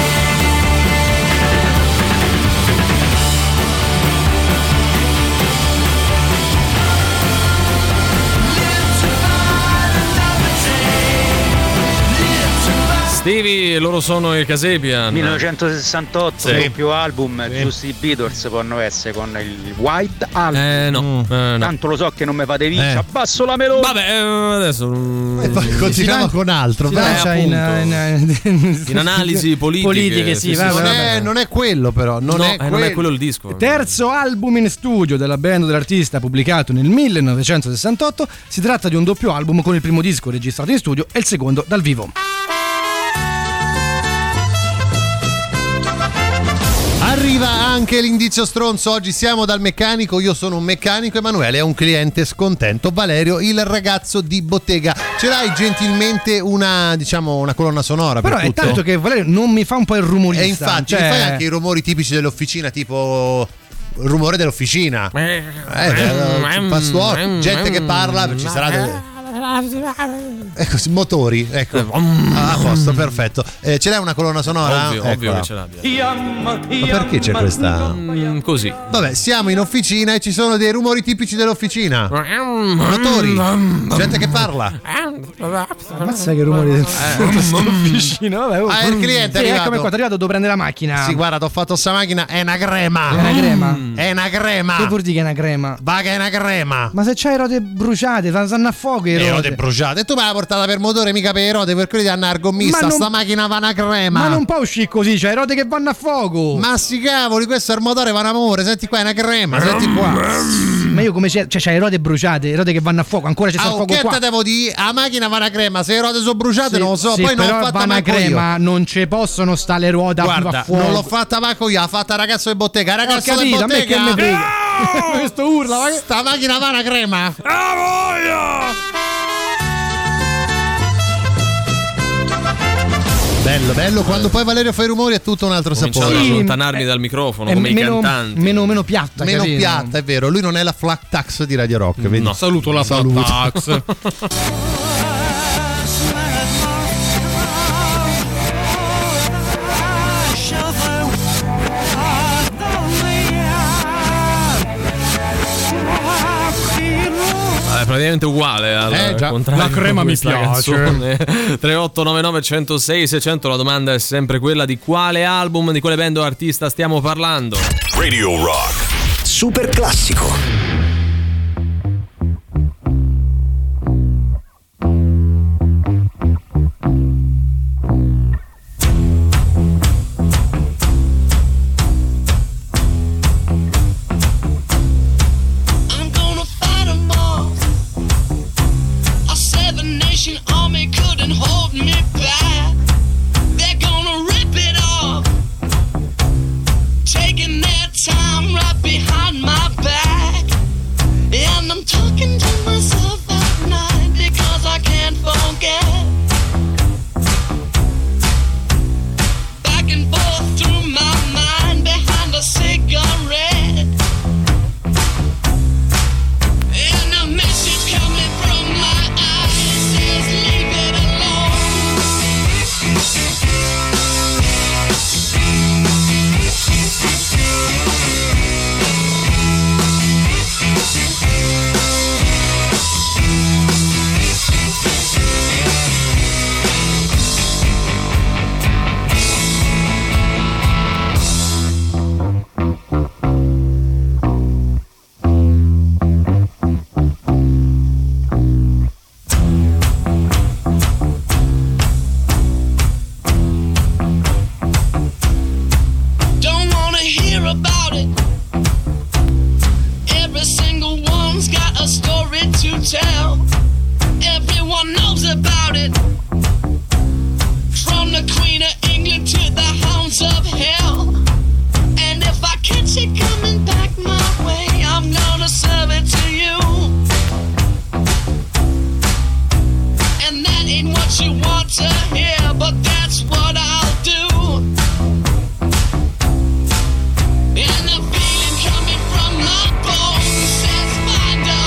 Stevie, loro sono i Kasabian. millenovecentosessantotto, Sì. più album, Sì. giusti i Beatles possono essere con il White Album. Eh no, eh, no. Tanto lo so che non mi fate vincere, Eh. abbasso la melone. Vabbè, eh, adesso mm, E poi continuiamo con altro. Si vai. lancia in, appunto. in, In analisi politiche. Politiche, sì, va, non, va, è, va. non è quello però, non, No, è, eh, quello. non è quello il disco. Terzo album in studio della band dell'artista, pubblicato nel millenovecentosessantotto. Si tratta di un doppio album con il primo disco registrato in studio e il secondo dal vivo. Arriva anche l'indizio stronzo. Oggi siamo dal meccanico. Io sono un meccanico, Emanuele è un cliente scontento. Valerio, il ragazzo di bottega. Ce l'hai gentilmente una, diciamo, una colonna sonora? Però per è tutto? tanto che Valerio non mi fa un po' il rumorista. E infatti, cioè... mi fai anche i rumori tipici dell'officina, tipo il rumore dell'officina. Eh, eh, pastuo- gente che parla, ci sarà del... Ecco, sì, motori, ecco. Ah, a posto, perfetto. Eh, ce l'hai una colonna sonora? Ovvio, ovvio Eccola. che ce l'abbia. Ma perché c'è questa? Mm, così. Vabbè, siamo in officina e ci sono dei rumori tipici dell'officina. Motori, gente che parla. Ammazza che rumori dell'officina. Vabbè, oh. Ah, è il cliente, è Sì, arrivato. eccomi qua, è arrivato, devo prendere la macchina. Sì, guarda, ti ho fatto sta macchina, è una crema. È una crema? È una crema. Che vuol dire che è una crema? Va che è una crema. Ma se c'hai rote bruciate, stanno a fuoco i Le rote. rote bruciate. E tu me l'hai portata per motore, mica per le rote, per quelli di andare gommista. Ma non- Sta macchina va una crema. Ma non può uscire così, c'hai rote che vanno a fuoco. Ma sti cavoli, questo è il motore, va un amore. Senti qua, è una crema, senti qua. Ma io come c'è, cioè c'hai rote bruciate, rote che vanno a fuoco, ancora c'è sta Ah, il fuoco che qua. te devo dire? La macchina va una crema, se le ruote sono bruciate Sì, non lo so, sì, poi non però l'ho fatta va una manco crema, io. non ci possono stare le ruote a Guarda, fuoco. non l'ho fatta manco io, l'ha fatta il ragazzo di bottega. Ho Ragazzo di capito, a me che bottega. me frega. Questo urla, ma che... Sta macchina va una crema. Bello, bello, quando poi Valerio fa i rumori è tutto un altro Cominciano sapore. ad allontanarmi dal microfono è come i meno, cantanti. meno, meno piatta, Meno capito? piatta, è vero. Lui non è la flat tax di Radio Rock, vedi? No, saluto la Saluto. flat tax. È praticamente uguale al Eh, già. contrario. La crema mi questa piace. canzone. tre otto nove nove uno zero sei sei zero zero. La domanda è sempre quella: di quale album, di quale band o artista stiamo parlando? Radio Rock. Super classico. I'm gonna fight 'em all. A seven nation army couldn't hold me back. a story to tell. Everyone knows about it. From the Queen of England to the hounds of hell. And if I catch it coming back my way, I'm gonna serve it to you. And that ain't what you want to hear, but that's what I'll do. And the feeling coming from my bones says find a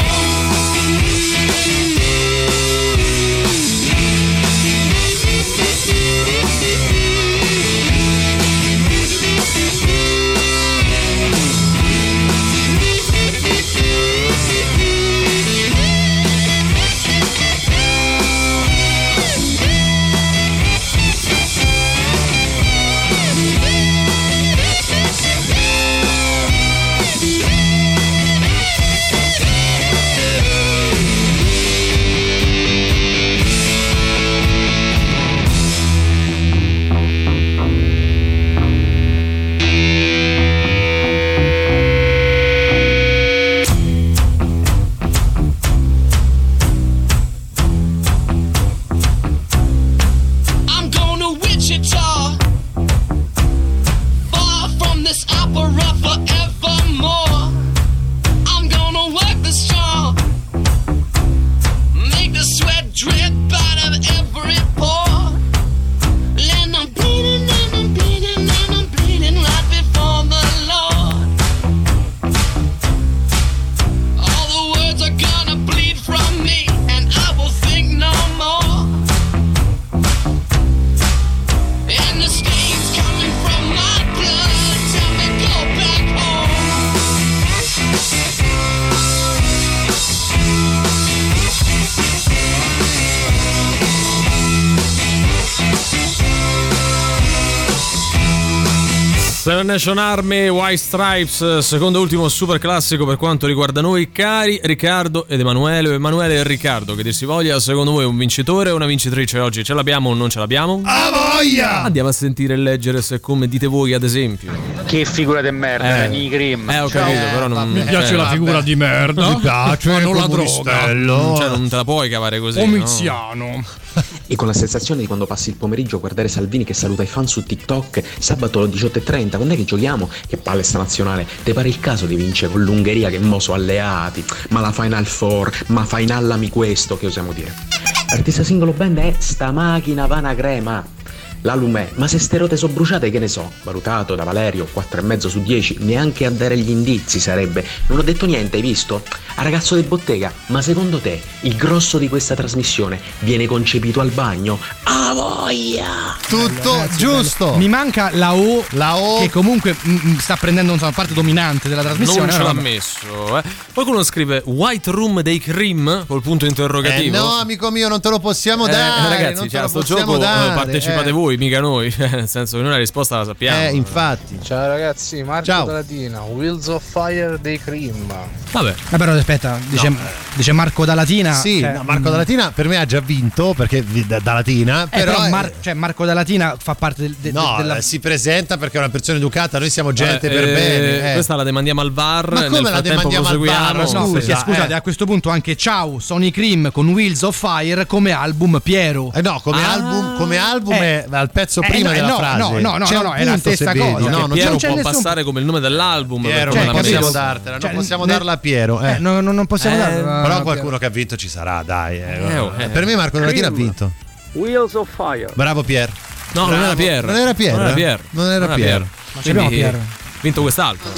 Seven Nation Army, White Stripes, secondo e ultimo super classico per quanto riguarda noi, cari Riccardo ed Emanuele, o Emanuele e Riccardo, che dir si voglia. Secondo voi un vincitore o una vincitrice oggi? Ce l'abbiamo o non ce l'abbiamo? A voglia! Andiamo a sentire e leggere se come dite voi, ad esempio. Che figura di merda, Eh. Nani Grimm. Eh, ho capito, però non Mi piace eh, la vabbè. figura di merda. Mi piace, ma non la comunistello. droga. Cioè, non te la puoi cavare così. Omiziano. E con la sensazione di quando passi il pomeriggio a guardare Salvini che saluta i fan su TikTok, sabato alle diciotto e trenta, quando è che giochiamo? Che palle sta nazionale, te pare il caso di vincere con l'Ungheria che mo so alleati, ma la Final Four, ma finallami questo, che osiamo dire? L'artista singolo band è Sta Macchina Vana Crema. La Lumè, ma se ste rote so bruciate che ne so? Valutato da Valerio quattro e mezzo su dieci, neanche a dare gli indizi sarebbe. Non ho detto niente, hai visto? A ragazzo di bottega, ma secondo te il grosso di questa trasmissione viene concepito al bagno? A voglia! Tutto Ragazzi, giusto. bello. Mi manca la O, La O che comunque mm, sta prendendo insomma, parte dominante della trasmissione. Non ce l'ha Vabbè. messo, eh. Qualcuno scrive White Room dei Cream col punto Eh interrogativo. no, amico mio, non te lo possiamo Eh, dare. ragazzi, non te cioè, lo sto possiamo gioco dare. eh, partecipate eh. voi, mica noi. Nel senso che noi la risposta la sappiamo. Eh, infatti. Ciao ragazzi, Marco Ciao. da Latina, Wheels of Fire dei Cream. Vabbè. Eh, però aspetta, dice, dice Marco da Latina. Sì, cioè, no, Marco mm, da Latina per me ha già vinto perché vi- da, da Latina. eh, però però è- Mar- cioè, Marco da Latina fa parte del, de- no, della. eh, si presenta perché è una persona educata. Noi siamo gente Eh, per eh, bene. eh. Questa la demandiamo al V A R. Ma come nel la frattempo demandiamo al V A R? proseguiamo. No, perché scusa, scusate, eh. a questo punto anche Ciao Sony Cream con Wheels of Fire come album Piero. Eh no, come Ah. album, come album Eh. è al pezzo Eh, prima no, della no, frase. no, no, no, C'è no, un no, è la punto, stessa se vedi. cosa. No, Che non Piero non c'è può nessun- passare come il nome dell'album. per Piero, come non l'ha possiamo messo. dartela, Cioè, non possiamo ne- darla a Piero. Eh. Eh, no, no, non possiamo Eh, darla. Però Piero. qualcuno che ha vinto ci sarà, dai. eh. Eh, oh, eh. Per me Marco da Latina ha Cream. vinto. Wheels of Fire. Bravo Pier. No, non Bravo. era Pier. Non era Pier. Non era Pier. Non era Pier. Ma ce l'abbiamo Quindi, Pier. vinto quest'altro.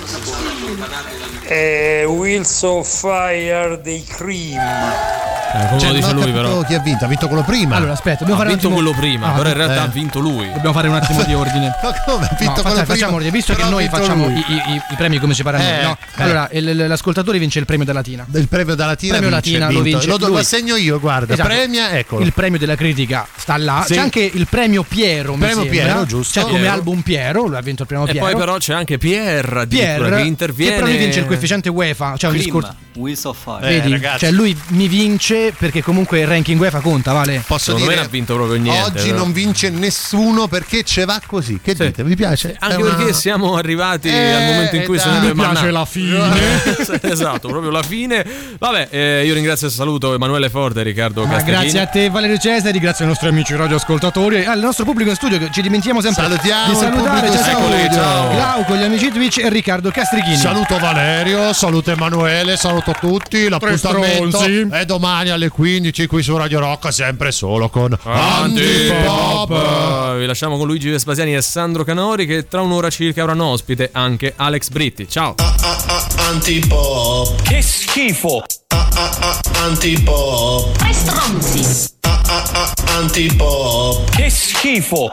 Eh, Wheels of Fire dei Cream. Eh, come Cioè, lo dice non ho lui, capito però. chi ha vinto. Ha vinto quello prima. Allora, aspetta, dobbiamo Ha fare un vinto attimo. quello prima, Ah, però in realtà eh. ha vinto lui. Dobbiamo fare un attimo di ordine. Ma come? Ha vinto No, quello facciamo, prima. facciamo ordine, visto Però che ha noi vinto facciamo lui. i, i- i premi come ci pare a noi, Eh, no? eh. Allora, il- l'ascoltatore vince il premio della Latina. Il premio da Latina, Premio vince, Latina lo vinto. vince Lo, do- lui. lo assegno io, guarda. Esatto. Premia, eccolo. Il premio della critica sta là. Sì. C'è anche il premio Piero. mi Premio sembra. Piero, giusto. C'è come Piero. album Piero. Lui ha vinto il premio E Piero. poi però c'è anche Pier, addirittura, Pier che interviene. che però lui vince il coefficiente UEFA. Cioè un discorso. Wheels of Fire. Eh, Vedi? ragazzi. Cioè lui mi vince vince perché comunque il ranking UEFA conta, Vale? Posso Secondo dire, me non ha vinto proprio niente. oggi però. non vince nessuno perché ce va così. Che Sì. dite? Vi piace? Anche È una- perché siamo arrivati Eh, al momento in cui dai. sarebbe Mi piace mannato. la fine. Esatto, proprio la fine. Vabbè, eh, io ringrazio e saluto Emanuele Forte e Riccardo Ma Castellini. grazie a te Valerio Cesari, grazie ai nostri amici radioascoltatori e al nostro pubblico in studio che ci dimentichiamo sempre Salutiamo di il salutare. pubblico Ciao, in studio. Ciao. Glauco, gli amici Twitch e Riccardo Castrichini. Saluto Valerio, saluto Emanuele, saluto tutti. L'appuntamento stronzi. è domani alle quindici qui su Radio Rock, sempre solo con Antipop. Antipop. Vi lasciamo con Luigi Vespasiani e Sandro Canori, che tra un'ora circa avranno ospite anche Alex Britti. Ciao. Antipop. Che schifo! Antipop. Tre stronzi! Antipop. Che schifo!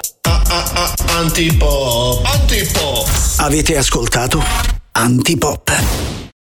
Antipop. Antipop. Avete ascoltato Antipop.